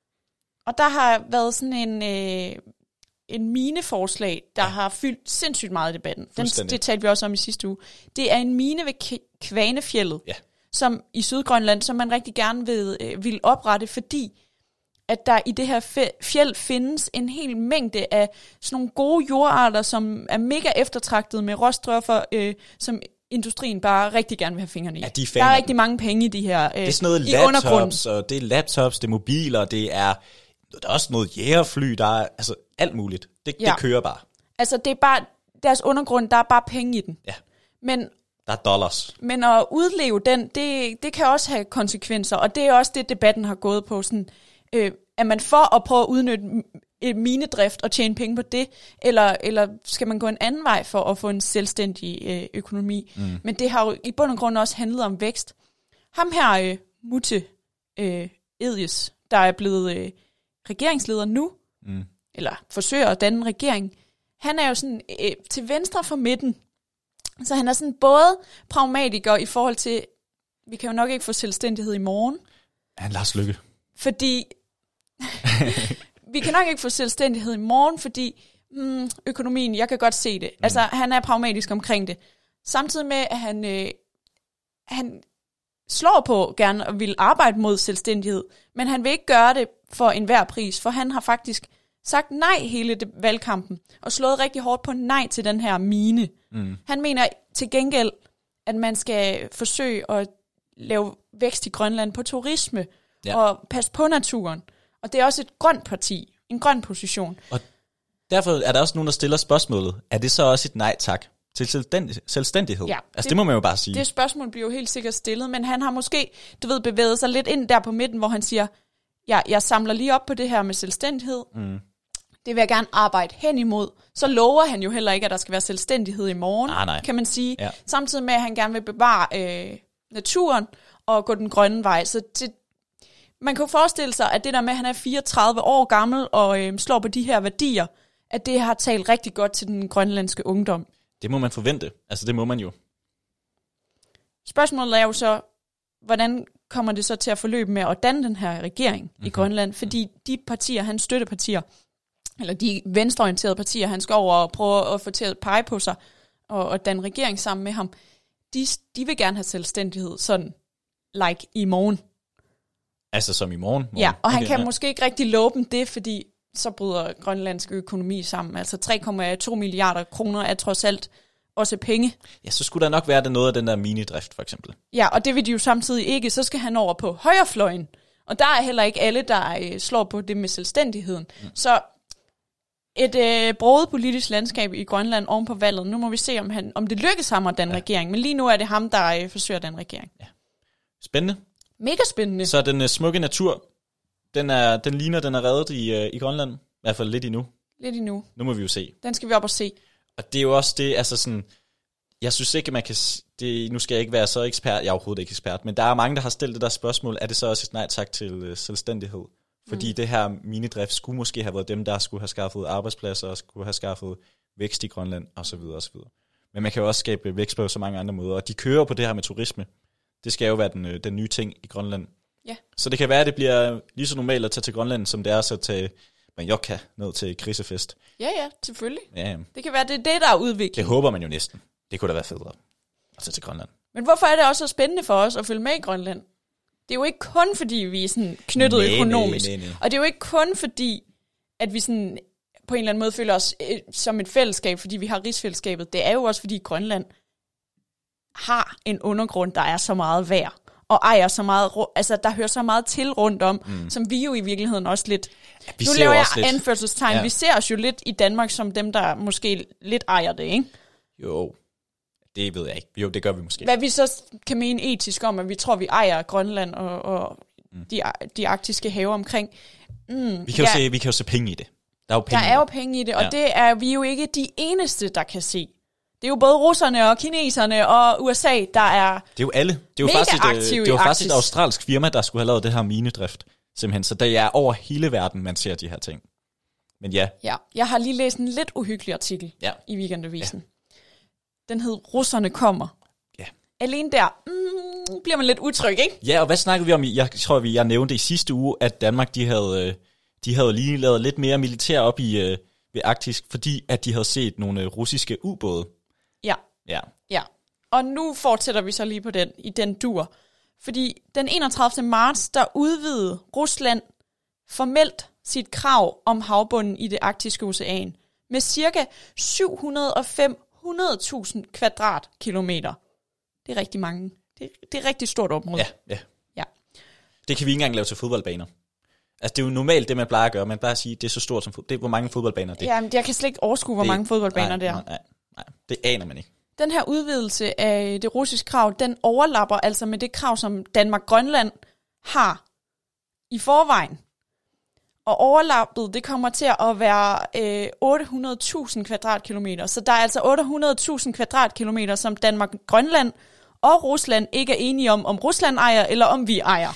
Og der har været sådan en, øh, en mineforslag, der ja. har fyldt sindssygt meget i debatten. Den, det talte vi også om i sidste uge. Det er en mine ved Kvanefjeldet, ja. som i Sydgrønland, som man rigtig gerne vil, øh, vil oprette, fordi at der i det her fjeld findes en hel mængde af sådan nogle gode jordarter, som er mega eftertragtede med råstoffer, øh, som industrien bare rigtig gerne vil have fingrene i. Ja, de der er rigtig mange penge i de her øh, det er sådan noget laptops, og det er laptops, det er mobiler, det er, der er også noget jægerfly, der er altså alt muligt. Det, ja. det kører bare. Altså det er bare, deres undergrund, der er bare penge i den. Ja. Men der er dollars. Men at udleve den, det, det kan også have konsekvenser, og det er også det, debatten har gået på. Sådan, øh, er man for at prøve at udnytte minedrift og tjene penge på det, eller, eller skal man gå en anden vej for at få en selvstændig øh, økonomi? Mm. Men det har jo i bund og grund også handlet om vækst. Ham her, øh, Mutte øh, Edjes, der er blevet øh, regeringsleder nu, mm. eller forsøger at danne en regering, han er jo sådan øh, til venstre for midten. Så han er sådan både pragmatiker i forhold til, vi kan jo nok ikke få selvstændighed i morgen. Han Lars Løkke. Fordi vi kan nok ikke få selvstændighed i morgen, fordi hmm, økonomien, jeg kan godt se det. Mm. Altså, han er pragmatisk omkring det. Samtidig med, at han, øh, han slår på gerne at vil arbejde mod selvstændighed, men han vil ikke gøre det for enhver pris, for han har faktisk sagt nej hele det, valgkampen, og slået rigtig hårdt på nej til den her mine. Mm. Han mener til gengæld, at man skal forsøge at lave vækst i Grønland på turisme, ja. og passe på naturen. Og det er også et grønt parti, en grøn position. Og derfor er der også nogen, der stiller spørgsmålet, er det så også et nej tak til selvstændighed? Ja, altså det, det må man jo bare sige. Det spørgsmål bliver jo helt sikkert stillet, men han har måske, du ved, bevæget sig lidt ind der på midten, hvor han siger, ja, jeg samler lige op på det her med selvstændighed. Mm. Det vil jeg gerne arbejde hen imod. Så lover han jo heller ikke, at der skal være selvstændighed i morgen, ah, nej. kan man sige. Ja. Samtidig med, at han gerne vil bevare øh, naturen og gå den grønne vej. Så det, man kan jo forestille sig, at det der med, at han er fireogtredive år gammel og øh, slår på de her værdier, at det har talt rigtig godt til den grønlandske ungdom. Det må man forvente. Altså det må man jo. Spørgsmålet er jo så, hvordan kommer det så til at forløbe med at danne den her regering mm-hmm. i Grønland? Fordi de partier, hans støttepartier, eller de venstreorienterede partier, han skal over og prøve at få til at pege på sig og, og danne regering sammen med ham, de, de vil gerne have selvstændighed sådan, like i morgen. Altså som i morgen? morgen. Ja, og okay, han kan ja. måske ikke rigtig love dem det, fordi så bryder grønlandsk økonomi sammen. Altså tre komma to milliarder kroner er trods alt også penge. Ja, så skulle der nok være det noget af den der minidrift for eksempel. Ja, og det vil de jo samtidig ikke. Så skal han over på højrefløjen. Og der er heller ikke alle, der øh, slår på det med selvstændigheden. Mm. Så et øh, broget politisk landskab i Grønland oven på valget. Nu må vi se, om, han, om det lykkes ham at danne ja. regering. Men lige nu er det ham, der øh, forsøger den regering. Ja. Spændende. Mega spændende. Så den øh, smukke natur, den, er, den ligner, den er reddet i, øh, i Grønland. I hvert fald lidt endnu. Lidt endnu. Nu må vi jo se. Den skal vi op og se. Og det er jo også det, altså sådan... Jeg synes ikke, at man kan... Det, nu skal jeg ikke være så ekspert, jeg er overhovedet ikke ekspert, men der er mange, der har stillet det der spørgsmål, er det så også et nej tak til øh, selvstændighed? Fordi mm. det her minedrift skulle måske have været dem, der skulle have skaffet arbejdspladser, og skulle have skaffet vækst i Grønland, osv. osv. Men man kan jo også skabe vækst på så mange andre måder, og de kører på det her med turisme. Det skal jo være den, den nye ting i Grønland. Ja. Så det kan være, at det bliver lige så normalt at tage til Grønland, som det er så at tage Mallorca ned til krisefest. Ja, ja, selvfølgelig. Ja, det kan være, det er det, der er udvikling. Det håber man jo næsten. Det kunne da være federe at tage til Grønland. Men hvorfor er det også så spændende for os at følge med i Grønland? Det er jo ikke kun, fordi vi er sådan knyttet nej, økonomisk. Nej, nej, nej. Og det er jo ikke kun, fordi at vi sådan på en eller anden måde føler os øh, som et fællesskab, fordi vi har rigsfællesskabet. Det er jo også, fordi Grønland har en undergrund, der er så meget værd, og ejer så meget, altså der hører så meget til rundt om, mm. som vi jo i virkeligheden også lidt... Ja, nu laver jeg lidt anførselstegn. Ja. Vi ser os jo lidt i Danmark som dem, der måske lidt ejer det, ikke? Jo, det ved jeg ikke. Jo, det gør vi måske. Hvad vi så kan mene etisk om, at vi tror, vi ejer Grønland og, og mm. de, de arktiske haver omkring. Mm, vi, kan ja. jo se, vi kan jo se penge i det. Der er jo penge, der er jo penge i det, og ja. det er vi jo ikke de eneste, der kan se. Det er jo både russerne og kineserne og U S A, der er Det er jo alle. Det er jo faktisk et, det er jo faktisk et australsk firma, der skulle have lavet det her minedrift. Simpelthen. Så det er over hele verden, man ser de her ting. Men ja. Ja, jeg har lige læst en lidt uhyggelig artikel ja. i Weekendavisen. Ja. Den hed Russerne kommer. Ja. Alene der mm, bliver man lidt utryg, ikke? Ja, og hvad snakkede vi om? Jeg tror, vi jeg nævnte i sidste uge, at Danmark de havde, de havde lige lavet lidt mere militær op i ved Arktis, fordi at de havde set nogle russiske ubåde. Ja. Ja. Ja. Og nu fortsætter vi så lige på den, i den dur. Fordi den enogtredivte marts, der udvidede Rusland formelt sit krav om havbunden i det arktiske ocean med cirka syv hundrede og femhundrede tusind kvadratkilometer. Det er rigtig mange. Det, det er rigtig stort område. Ja, ja. ja. Det kan vi ikke engang lave til fodboldbaner. Altså, det er jo normalt det, man plejer at gøre. Man plejer at sige, det er så stort som fodbold. Det er, hvor mange fodboldbaner det er. Ja, men jeg kan slet ikke overskue, hvor det, mange fodboldbaner nej, det er. Nej, nej, nej, det aner man ikke. Den her udvidelse af det russiske krav, den overlapper altså med det krav, som Danmark-Grønland har i forvejen. Og overlappet, det kommer til at være øh, otte hundrede tusind kvadratkilometer. Så der er altså otte hundrede tusind kvadratkilometer, som Danmark-Grønland og Rusland ikke er enige om, om Rusland ejer, eller om vi ejer.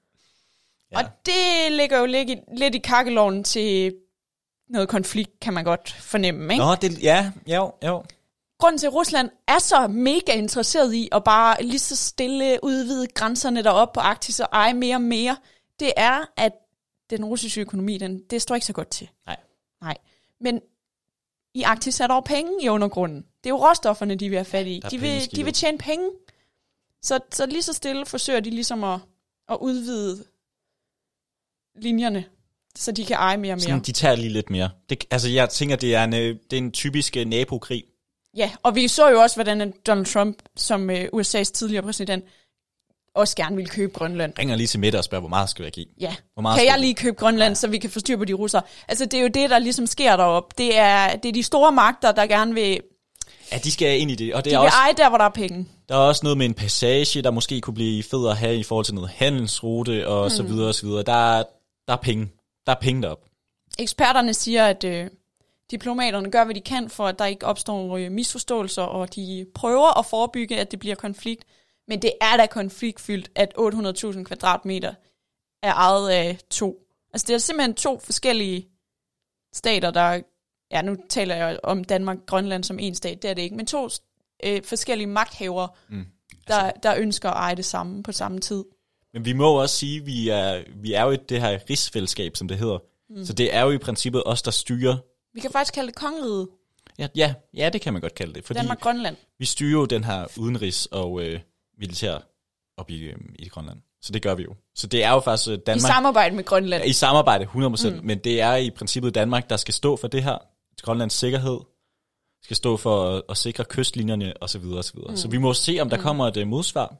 Ja. Og det ligger jo lidt i, lidt i kakkeloven til noget konflikt, kan man godt fornemme, ikke? Nå, det, ja, jo, jo. Grunden til, at Rusland er så mega interesseret i at bare lige så stille udvide grænserne deroppe på Arktis og eje mere og mere, det er, at den russiske økonomi, den, det står ikke så godt til. Nej. Nej. Men i Arktis er der jo penge i undergrunden. Det er jo råstofferne, de vil have fat i. De vil, de vil tjene penge. Så, så lige så stille forsøger de ligesom at, at udvide linjerne, så de kan eje mere og mere. Sådan, de tager lige lidt mere. Det, altså, jeg tænker, det er en, det er en typisk nabokrig. Ja, og vi så jo også, hvordan Donald Trump, som U S A's tidligere præsident, også gerne ville købe Grønland. Ringer lige til middag og spørger, hvor meget skal jeg give? Ja, hvor meget kan jeg lige købe Grønland, ja. Så vi kan få styr på de russere? Altså, det er jo det, der ligesom sker deroppe. Det er, det er de store magter, der gerne vil... Ja, de skal ind i det. Og det de er vil også, eje der, hvor der er penge. Der er også noget med en passage, der måske kunne blive fed at have i forhold til noget handelsrute og hmm. så videre og så videre. Der er, der er penge. Der er penge deroppe. Eksperterne siger, at øh, diplomaterne gør, hvad de kan, for at der ikke opstår øh, misforståelser, og de prøver at forebygge, at det bliver konflikt. Men det er da konfliktfyldt, at otte hundrede tusind kvadratmeter er ejet af to. Altså det er simpelthen to forskellige stater, der... Ja, nu taler jeg om Danmark og Grønland som en stat, det er det ikke. Men to øh, forskellige magthavere, mm. der, altså, der ønsker at eje det samme på samme tid. Men vi må også sige, at vi er, vi er jo i det her rigsfællesskab, som det hedder. Mm. Så det er jo i princippet os, der styrer. Vi kan faktisk kalde det kongeriget. Ja, ja, ja, det kan man godt kalde det. Fordi Danmark og Grønland. Vi styrer jo den her udenrigs- og øh, militær op i, øh, i Grønland. Så det gør vi jo. Så det er jo faktisk Danmark... I samarbejde med Grønland. Ja, i samarbejde, hundrede procent. Mm. Men det er i princippet Danmark, der skal stå for det her. Grønlands sikkerhed skal stå for at, at sikre kystlinjerne og så videre og så videre. Mm. Så vi må se, om der mm. kommer et uh, modsvar.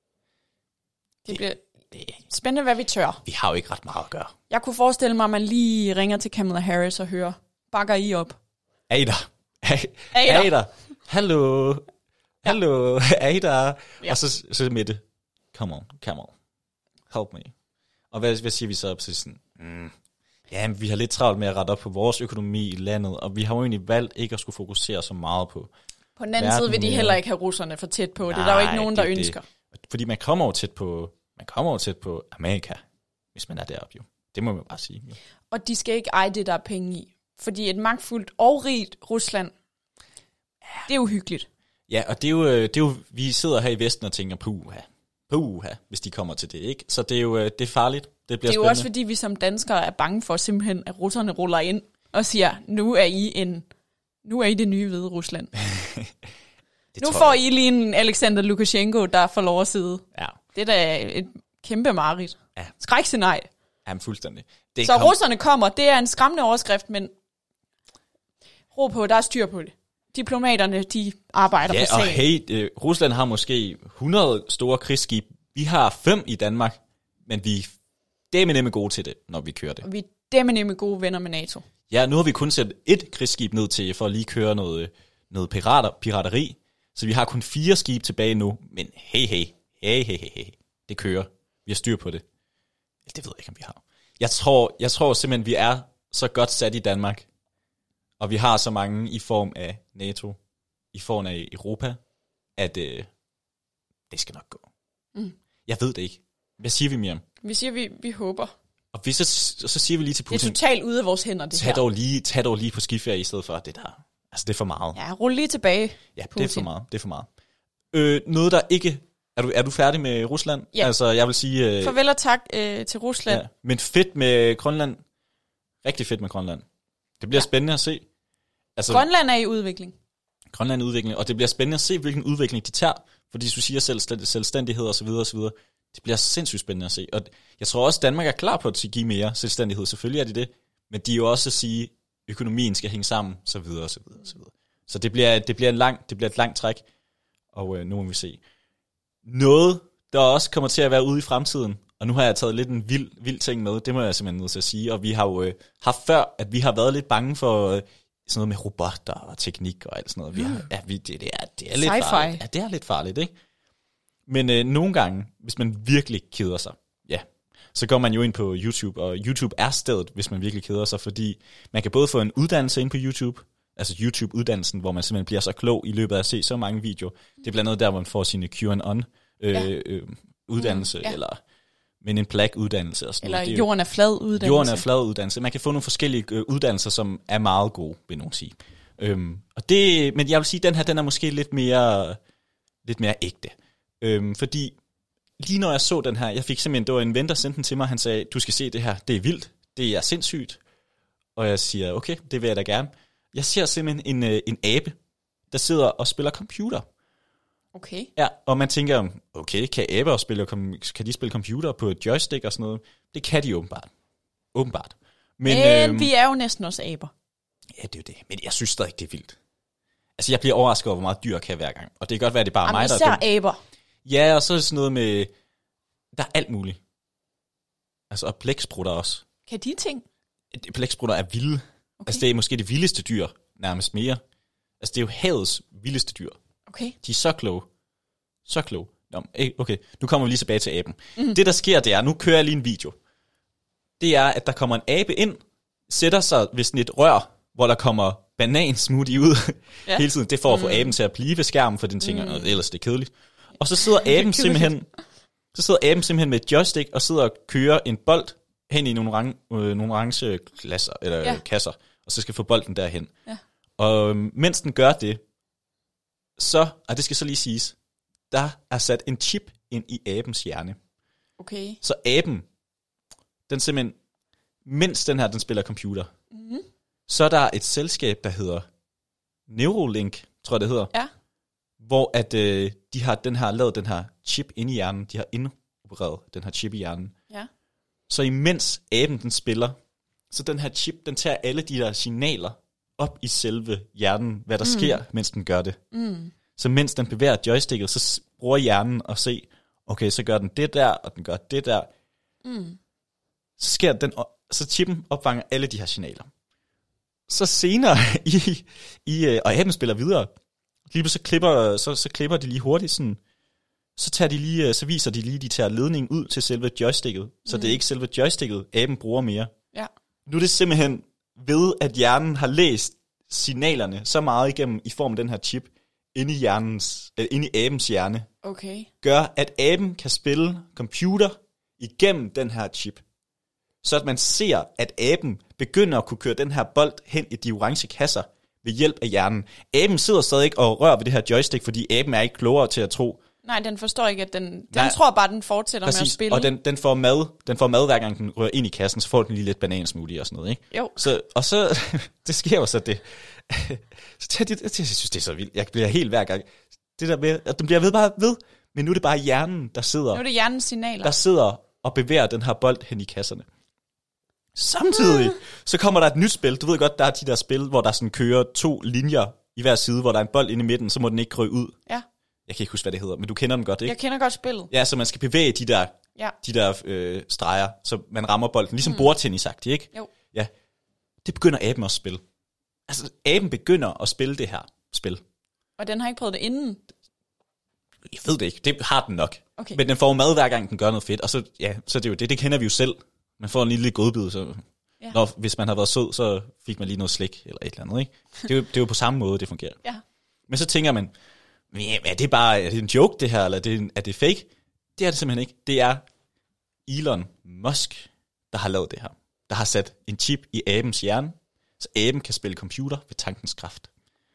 Det bliver spændende, hvad vi tør. Vi har jo ikke ret meget at gøre. Jeg kunne forestille mig, at man lige ringer til Kamala Harris og hører, bakker I op? Ada. Ada. Ada. Hallo. Hallo. Ada. Ja. Og så, så Mette. Come on, come on. help me. Og hvad, hvad siger vi så? Så sådan, mm, ja, vi har lidt travlt med at rette op på vores økonomi i landet, og vi har jo egentlig valgt ikke at skulle fokusere så meget på På den anden side vil de heller ikke have russerne for tæt på. Nej, det er der jo ikke nogen, der det, ønsker. Det. Fordi man kommer jo tæt på, man kommer jo tæt på Amerika, hvis man er deroppe jo. Det må man bare sige. Jo. Og de skal ikke eje det, der er penge i. Fordi et magtfuldt og rigt Rusland, det er uhyggeligt. Ja, og det er jo, det er jo vi sidder her i Vesten og tænker, puha, puha, hvis de kommer til det, ikke? Så det er jo det er farligt. Det, bliver det er spændende. Jo også fordi, vi som danskere er bange for simpelthen, at russerne ruller ind og siger, nu er I en, nu er I det nye hvide Rusland. nu får I lige en Alexander Lukashenko, der får lov at sidde. Ja. Det er da et kæmpe mareridt. Ja. Skrækscenarie. Jamen fuldstændig. Det så kom... russerne kommer, det er en skræmmende overskrift, men ro på, der er styr på det. Diplomaterne, de arbejder ja, på sagen. Og hey, øh, Rusland har måske hundrede store krigsskib. Vi har fem i Danmark, men vi er dæmende gode til det, når vi kører det. Og vi er dæmende gode venner med NATO. Ja, nu har vi kun sat et krigsskib ned til, for at lige køre noget, noget pirater, pirateri. Så vi har kun fire skib tilbage nu, men hey, hey, hey, hey, hey, hey. Det kører. Vi har styr på det. Det ved jeg ikke, om vi har. Jeg tror, jeg tror simpelthen, vi er så godt sat i Danmark, og vi har så mange i form af NATO, i form af Europa, at øh, det skal nok gå. Mm. Jeg ved det ikke. Hvad siger vi, Miriam? Vi siger, vi, vi håber. Og vi så, så siger vi lige til Putin, det er totalt ude af vores hænder, det tag her. Dog lige, tag dog lige på skiferie i stedet for det der. Altså, det er for meget. Ja, rul lige tilbage, Ja, Putin. det er for meget. Det er for meget. Øh, noget, der ikke... Er du, er du færdig med Rusland? Ja. Altså, jeg vil sige... Øh, Farvel og tak øh, til Rusland. Ja, men fedt med Grønland. Rigtig fedt med Grønland. Det bliver ja. spændende at se. Altså, Grønland er i udvikling. Grønland er i udvikling, og det bliver spændende at se, hvilken udvikling de tager. Fordi du siger selv, selvstændighed og så videre og så videre. Det bliver sindssygt spændende at se. Og jeg tror også, Danmark er klar på at give mere selvstændighed. Selvfølgelig er de det. Men de er jo også at sige, at økonomien skal hænge sammen, så videre og så videre og så videre. Så det bliver, det bliver, en lang, det bliver et langt træk. Og øh, nu må vi se. Noget, der også kommer til at være ude i fremtiden, og nu har jeg taget lidt en vild, vild ting med, det må jeg simpelthen nødt til at sige, og vi har jo øh, haft før, at vi har været lidt bange for øh, sådan noget med robotter og teknik og alt sådan noget. Vi har, ja, vi, det, det, er, det er lidt Sci-fi. farligt. Ja, det er lidt farligt, ikke? Men øh, nogle gange, hvis man virkelig keder sig, ja, så går man jo ind på YouTube, og YouTube er stedet, hvis man virkelig keder sig, fordi man kan både få en uddannelse ind på YouTube, altså YouTube-uddannelsen, hvor man simpelthen bliver så klog i løbet af at se så mange videoer. Det er blandt andet der, hvor man får sine Q and A øh, ja. øh, uddannelse, mm, ja. eller Men in Black uddannelse og sådan eller noget. Eller jorden er flad uddannelse. Jorden er flad uddannelse. Man kan få nogle forskellige øh, uddannelser, som er meget gode, vil nogen sige. Øhm, og det, men jeg vil sige, at den her, den er måske lidt mere, lidt mere ægte. Øhm, fordi lige når jeg så den her, jeg fik simpelthen, det var en ven, der sendte den til mig, han sagde, du skal se det her, det er vildt, det er sindssygt. Og jeg siger, okay, det vil jeg da gerne. Jeg ser simpelthen en, en abe, der sidder og spiller computer. Okay. Ja, og man tænker, okay, kan aber spille, kan de spille computer på et joystick og sådan noget? Det kan de åbenbart. Åbenbart. Men, Men øhm, vi er jo næsten også aber. Ja, det er jo det. Men jeg synes stadig, det er vildt. Altså, jeg bliver overrasket over, hvor meget dyr kan være hver gang. Og det kan godt være, det er bare Jamen, mig, der er dum. Aber. Ja, og så er det sådan noget med, der er alt muligt. Altså, og blæksprutter også. Kan de ting? Blæksprutter er vilde. Okay. Altså, det er måske det vildeste dyr, nærmest mere. Altså, det er jo havets vildeste dyr. Okay. De er så kloge. Så kloge. Okay, nu kommer vi lige tilbage til aben. Mm-hmm. Det, der sker, det er, nu kører jeg lige en video. Det er, at der kommer en abe ind, sætter sig ved sådan et rør, hvor der kommer banansmoothie ud ja. hele tiden. Det får at få mm. aben til at blive ved skærmen, for den tænker, mm. ellers det er kedeligt. Og så sidder aben simpelthen, så sidder aben simpelthen med et joystick og sidder og kører en bold hen i nogle, orange, øh, nogle orange klasser, eller ja. kasser, og så skal få bolden derhen. Ja. Og øh, mens den gør det, så, og det skal så lige siges, der er sat en chip ind i abens hjerne. Okay. Så aben, den simpelthen, mens den her, den spiller computer, mm-hmm. så er der et selskab, der hedder Neuralink, tror jeg det hedder, ja. hvor at øh, de har den her, lavet den her chip inde i hjernen, de har indopereret den her chip i hjernen. Ja. Så imens aben, den spiller, så den her chip, den tager alle de der signaler op i selve hjernen, hvad der mm. sker, mens den gør det. Mm. Så mens den bevæger joysticket, så bruger hjernen at se, okay, så gør den det der, og den gør det der. Mm. Så sker den, så chippen opfanger alle de her signaler. Så senere i, i og aben spiller videre, lige så klipper, så, så klipper de lige hurtigt sådan så, tager de lige, så viser de lige, de tager ledningen ud til selve joysticket. Så mm. det er ikke selve joysticket, aben bruger mere. Ja. Nu er det simpelthen ved, at hjernen har læst signalerne så meget igennem i form af den her chip, inde i, hjernens, øh, inde i abens hjerne, Okay. gør, at aben kan spille computer igennem den her chip. Så at man ser, at aben begynder at kunne køre den her bold hen i de orange kasser ved hjælp af hjernen. Aben sidder stadig ikke og rører ved det her joystick, fordi aben er ikke klogere til at tro. Nej, den forstår ikke, at den... Den Nej. tror bare, at den fortsætter Præcis. med at spille. Og den, den, får mad, den får mad, hver gang den rører ind i kassen, så får den lige lidt banansmoothie og sådan noget, ikke? Jo. Så, og så, det sker jo så det. Så tager de, jeg synes, det er så vildt. Jeg bliver helt hver gang. Det der med, at den bliver ved bare ved, men nu er det bare hjernen, der sidder, Nu er det hjernens signaler. der sidder og bevæger den her bold hen i kasserne. Samtidig, så kommer der et nyt spil. Du ved godt, der er de der spil, hvor der sådan kører to linjer i hver side, hvor der er en bold inde i midten, så må den ikke ryge ud. Ja. Jeg kan ikke huske, hvad det hedder, men du kender den godt, ikke? Jeg kender godt spillet. Ja, så man skal bevæge de der, Ja. de der øh, streger, så man rammer bolden, ligesom mm. bordtennisagtigt, ikke? Jo. Ja. Det begynder aben også at spille. Altså, aben begynder at spille det her spil. Og den har ikke prøvet det inden. Jeg ved det ikke, det har den nok. Okay. Men den får mad, hver gang den gør noget fedt, og så, ja, så det er jo det, det kender vi jo selv. Man får en lille godbid, så Ja. når, hvis man har været sød, så fik man lige noget slik, eller et eller andet, ikke? Det er jo, det er jo på samme måde, det fungerer. Ja. Men så tænker man, ja, er det bare er det en joke, det her, eller er det, en, er det fake? Det er det simpelthen ikke. Det er Elon Musk, der har lavet det her. Der har sat en chip i abens hjerne, så aben kan spille computer ved tankens kraft.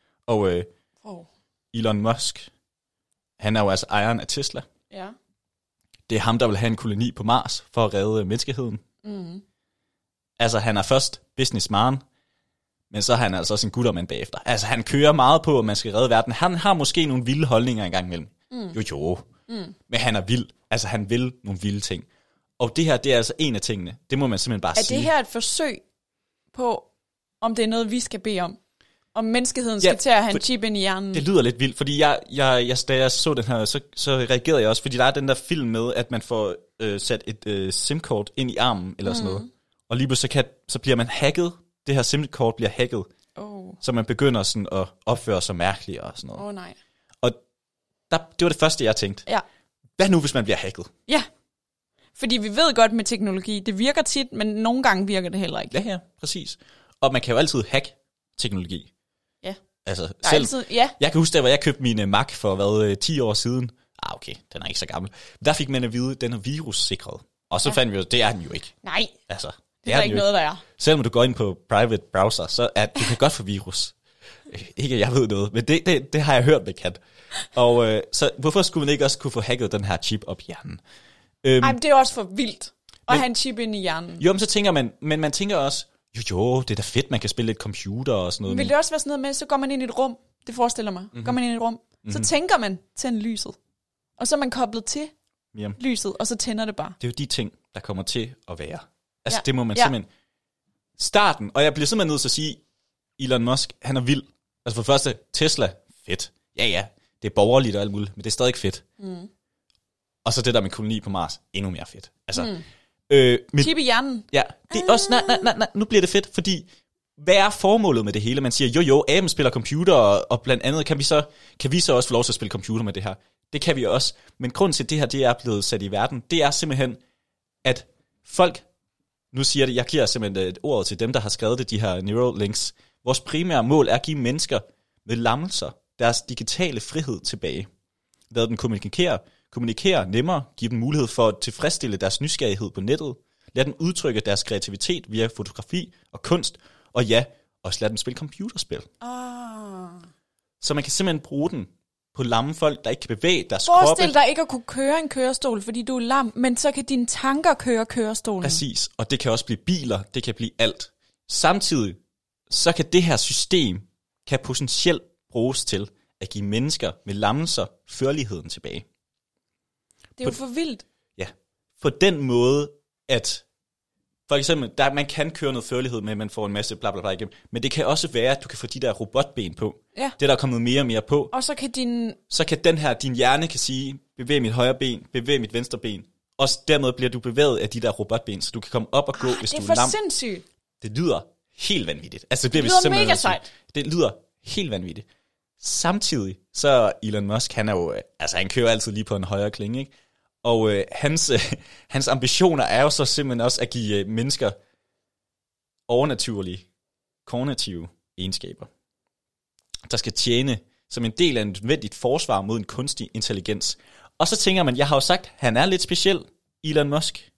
Og øh, Oh. Elon Musk, han er jo altså ejeren af Tesla. Ja. Det er ham, der vil have en koloni på Mars for at redde menneskeheden. Mm. Altså, han er først businessman, men så er han altså også en guttermand bagefter. Altså, han kører meget på, at man skal redde verden. Han har måske nogle vilde holdninger engang imellem. Mm. Jo, jo. Mm. Men han er vild. Altså, han vil nogle vilde ting. Og det her, det er altså en af tingene. Det må man simpelthen bare Er sige. det her et forsøg på, om det er noget, vi skal bede om? Om menneskeheden skal Ja, til at have en for- chip ind i hjernen? Det lyder lidt vildt, fordi jeg, jeg, jeg, da jeg så den her, så, så reagerede jeg også, fordi der er den der film med, at man får øh, sat et øh, SIM-kort ind i armen, eller sådan noget. Og lige pludselig så, kan, så bliver man hacket. Det her SIM-kort bliver hacket, Åh, så man begynder sådan at opføre sig mærkeligt og sådan noget. oh, nej. Og der, det var det første, jeg tænkte. Ja. Hvad nu, hvis man bliver hacket? Ja. Fordi vi ved godt med teknologi, det virker tit, men nogle gange virker det heller ikke. Ja, ja, præcis. Og man kan jo altid hacke teknologi. Ja. Altså, Der er selv, altid, ja. jeg kan huske, da hvor jeg købte min uh, Mac for, hvad, ti år siden. Ah, okay, den er ikke så gammel. Der fik man at vide, at den er virussikret. Og så ja. fandt vi jo, det er den jo ikke. Nej, Altså, det det er der den ikke jo noget, der er. Selvom du går ind på private browser, så er du kan godt få virus. Ikke, at jeg ved noget, men det, det, det har jeg hørt, det kan. Og øh, så hvorfor skulle man ikke også kunne få hacket den her chip op i hjernen? Øhm, Ej, men det er også for vildt at men- have en chip ind i hjernen. jo, men så tænker man, men man tænker også, jo jo, det er da fedt, man kan spille lidt computer og sådan noget. Vil det også være sådan noget med, så går man ind i et rum, det forestiller mig, mm-hmm. går man ind i et rum, mm-hmm. så tænker man, tænd lyset. Og så er man koblet til Jamen, lyset, og så tænder det bare. det er jo de ting, der kommer til at være. Altså, Ja. det må man Ja. simpelthen... Starten, og jeg bliver simpelthen nødt til at sige, Elon Musk, han er vild. Altså for det første, Tesla, fedt. Ja, ja, det er borgerligt og alt muligt, men det er stadig fedt. Mm. Og så det der med koloni på Mars, endnu mere fedt. Altså, mm. øh, men, Chip i hjernen. ja, det er også, nej, nej, nej, nej, nu bliver det fedt, fordi, hvad er formålet med det hele? Man siger, jo jo, aben spiller computer, og, og blandt andet kan vi, så, kan vi så også få lov til at spille computer med det her. Det kan vi også. Men grunden til, at det her det er blevet sat i verden, det er simpelthen, at folk, nu siger det, jeg giver simpelthen et ord til dem, der har skrevet det, de her Neuralinks. Vores primære mål er at give mennesker med lammelser deres digitale frihed tilbage. Lad dem kommunikere, kommunikere nemmere, give dem mulighed for at tilfredsstille deres nysgerrighed på nettet, lad dem udtrykke deres kreativitet via fotografi og kunst, og ja, også lad dem spille computerspil. Ah. Så man kan simpelthen bruge den på lamme folk, der ikke kan bevæge deres kroppe. Forestil dig ikke at kunne køre en kørestol, fordi du er lam, men så kan dine tanker køre kørestolen. Præcis, og det kan også blive biler, det kan blive alt. Samtidig, så kan det her system, kan potentielt bruges til at give mennesker med lammelser førligheden tilbage. Det er jo for vildt. Ja, på den måde, at for eksempel, der, man kan køre noget førlighed med, at man får en masse bla bla bla igennem, men det kan også være, at du kan få de der robotben på. Ja. Det der er kommet mere og mere på. Og så kan din... Så kan den her, din hjerne kan sige, bevæg mit højre ben, bevæg mit venstre ben. Og dermed bliver du bevæget af de der robotben, så du kan komme op og gå, Ah, hvis det du er er for lam. sindssygt. Det lyder helt vanvittigt. Altså, det, bliver Det vi lyder simpelthen mega nødt til. sejt. Det lyder helt vanvittigt. Samtidig, så Elon Musk, han er jo, altså han kører altid lige på en højere klinge, ikke? Og øh, hans, øh, hans ambitioner er jo så simpelthen også at give øh, mennesker overnaturlige, kognitive egenskaber, der skal tjene som en del af en nødvendigt forsvar mod en kunstig intelligens. Og så tænker man, jeg har jo sagt, han er lidt speciel, Elon Musk.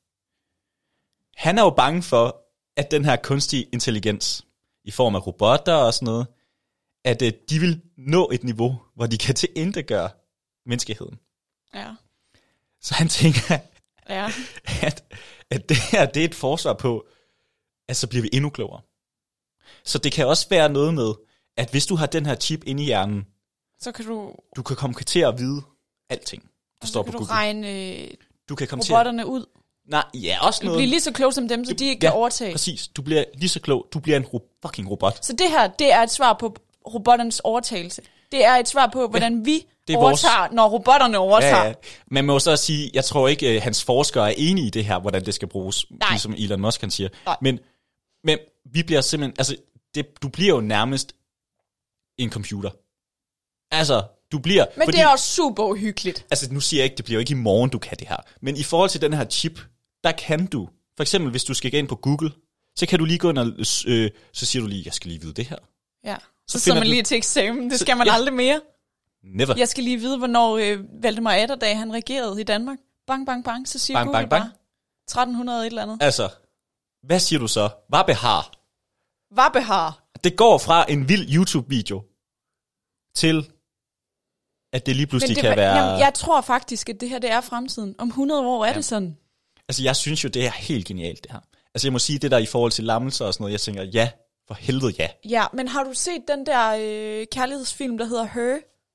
Han er jo bange for, at den her kunstige intelligens, i form af robotter og sådan noget, at øh, de vil nå et niveau, hvor de kan tilintetgøre menneskeheden. Ja. Så han tænker, ja. at, at det her, det er et forsvar på, at så bliver vi endnu klogere. Så det kan også være noget med, at hvis du har den her chip inde i hjernen, så kan du... Du kan komme til at vide alting, der står på Google. Google. Så kan du regne du kan komme robotterne til at... ud. Nej, ja, også noget. Du bliver lige så klog som dem, så de ikke ja, kan overtage. Præcis, du bliver lige så klog. Du bliver en ro- fucking robot. Så det her, det er et svar på robotternes overtagelse. Det er et svar på, hvordan ja, vi overtager, vores... når robotterne overtager. Ja, ja. Man må så sige, jeg tror ikke, at hans forskere er enige i det her, hvordan det skal bruges, Nej. ligesom Elon Musk han siger. Nej. Men, men vi bliver simpelthen, altså, det, du bliver jo nærmest en computer. Altså, du bliver... Men fordi, det er også super uhyggeligt. Altså, nu siger jeg ikke, det bliver jo ikke i morgen, du kan det her. Men i forhold til den her chip, der kan du, for eksempel hvis du skal gå ind på Google, så kan du lige gå ind og, øh, så siger du lige, jeg skal lige vide det her. Ja, så, så sidder man lige til eksamen. Det skal man ja. aldrig mere. Never. Jeg skal lige vide, hvornår øh, Valdemar Atterdag, han regerede i Danmark. Bang, bang, bang, så siger bang, Google bang, bang. bare tretten hundrede et eller andet. Altså, hvad siger du så? Hvad behar? Hvad behar? Det går fra en vild YouTube-video til, at det lige pludselig det, kan være... Jamen, jeg tror faktisk, at det her det er fremtiden. Om hundrede år er ja. det sådan. Altså, jeg synes jo, det er helt genialt, det her. Altså, jeg må sige, det der i forhold til lammelser og sådan noget, jeg tænker, ja, for helvede ja. Ja, men har du set den der øh, kærlighedsfilm, der hedder Her?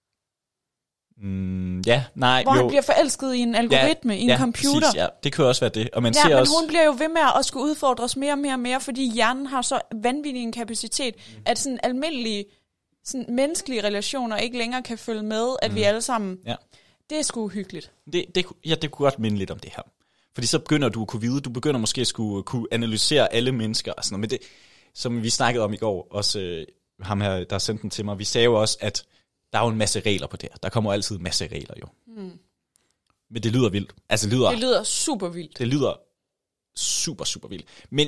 Mm, ja, nej, Hvor jo. han bliver forelsket i en algoritme, ja, i en ja, computer. Præcis, ja, det kan også være det. Og man ja, ser men også... hun bliver jo ved med at skulle udfordres mere og mere og mere, fordi hjernen har så vanvittig en kapacitet, mm. at sådan almindelige sådan menneskelige relationer ikke længere kan følge med, at mm. vi alle sammen... Ja. Det er sgu uhyggeligt. Det, det, ja, det kunne godt minde lidt om det her. Fordi så begynder du at kunne vide, du begynder måske at skulle kunne analysere alle mennesker og sådan noget. Men det, som vi snakkede om i går, også øh, ham her, der sendte den til mig, vi sagde jo også, at der er jo en masse regler på det her. Der kommer altid en masse regler jo. Mm. Men det lyder vildt. Altså, det lyder... Det lyder super vildt. Det lyder super, super vildt. Men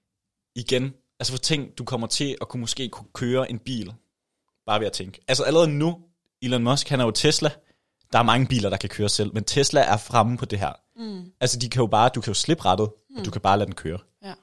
igen, altså for tænk, du kommer til at kunne måske kunne køre en bil, bare ved at tænke. Altså allerede nu, Elon Musk, han er jo Tesla. Der er mange biler, der kan køre selv, men Tesla er fremme på det her. Mm. Altså, de kan jo bare, du kan jo slippe rettet, mm. og du kan bare lade den køre. Ja.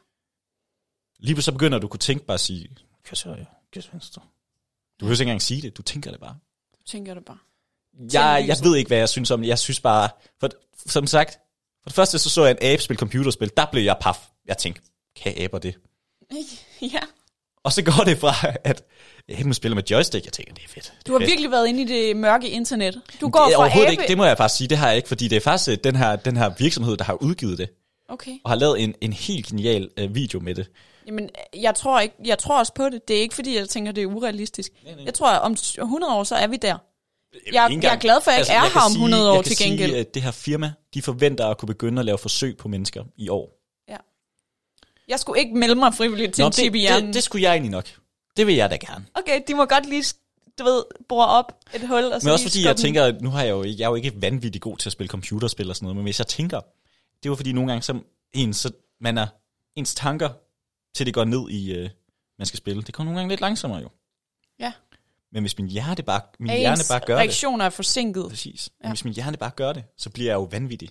Lige så begynder du at kunne tænke bare at sige, kør så, ja, kør så venstre. Du behøver ikke engang sige det, du tænker det bare. Du tænker det bare. Jeg, jeg ved ikke, hvad jeg synes om det. Jeg synes bare, for, som sagt, for det første så så jeg en abe spille computerspil, der blev jeg paf. Jeg tænkte, kan aber det? Ja. Og så går det fra, at aben spiller med joystick. Jeg tænker, det er fedt. Det er du har fedt. virkelig været inde i det mørke internet. Du går det, fra overhovedet abe... ikke, det må jeg faktisk sige, det har jeg ikke, fordi det er faktisk den her, den her virksomhed, der har udgivet det. Okay. Og har lavet en, en helt genial uh, video med det. Jamen, jeg tror, ikke, jeg tror også på det. Det er ikke, fordi jeg tænker, det er urealistisk. Nej, nej. Jeg tror, at om hundrede år, så er vi der. Jeg, jeg er glad for, at jeg altså, ikke er her om hundrede sige, år til gengæld. Sige, at det her firma, de forventer at kunne begynde at lave forsøg på mennesker i år. Ja. Jeg skulle ikke melde mig frivilligt til Nå, en chip i hjernen. Det, det skulle jeg egentlig nok. Det vil jeg da gerne. Okay, de må godt lige, du ved, bore op et hul. Og så men også fordi jeg tænker, at nu har jeg jo, jeg er jo ikke vanvittig god til at spille computerspil og sådan noget, men hvis jeg tænker, det var fordi nogle gange, som en, så man er, ens tanker, til det går ned i, øh, man skal spille, det går nogle gange lidt langsommere jo. Ja. Men hvis min hjerne bare, min hjerne bare gør reaktioner det. er forsinket. Præcis. Ja. Men hvis min hjerne bare gør det, så bliver jeg jo vanvittig.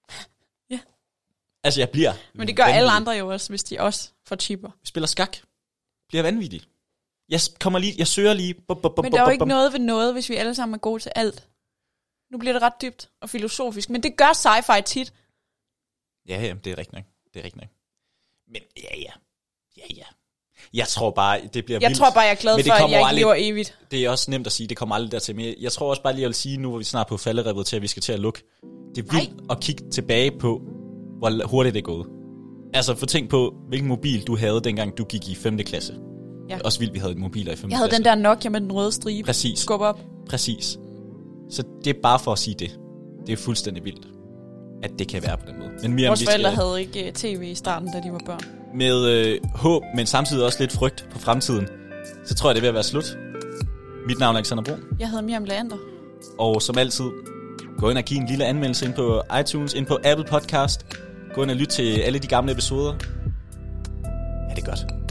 Ja. Altså jeg bliver Men det gør vanvittig. Alle andre jo også, hvis de også får chipper. Vi spiller skak. Bliver vanvittig. Jeg kommer lige, jeg søger lige. Bum, bum, men der er jo bum, ikke bum. noget ved noget, hvis vi alle sammen er gode til alt. Nu bliver det ret dybt og filosofisk, men det gør sci-fi tit. Ja, ja, det er rigtigt nok. Det er rigtigt nok. Men ja, ja. Ja, ja. Jeg tror bare, det bliver Jeg vildt. tror bare, jeg er glad for, at jeg ikke aldrig, lever evigt. Det er også nemt at sige, det kommer aldrig dertil. Men jeg tror også bare lige, jeg vil sige, nu hvor vi snart på falderevet til, at vi skal til at lukke. Det er vildt at kigge tilbage på, hvor hurtigt det er gået. Altså, for tænk på, hvilken mobil du havde, dengang du gik i femte klasse. Ja. Det er også vildt, vi havde mobiler i femte klasse. Jeg havde klasse. den der Nokia med den røde stribe. Præcis. Skub op. Præcis. Så det er bare for at sige det. Det er fuldstændig vildt, at det kan være på den måde. Men mere vores forældre skal, havde ikke uh, tv i starten, da de var børn. Med øh, håb, men samtidig også lidt frygt på fremtiden, så tror jeg, det er ved at være slut. Mit navn er Alexander Brun. Jeg hedder Miriam Leander. Og som altid, gå ind og giv en lille anmeldelse ind på iTunes, ind på Apple Podcast. Gå ind og lyt til alle de gamle episoder. Ja, det er godt.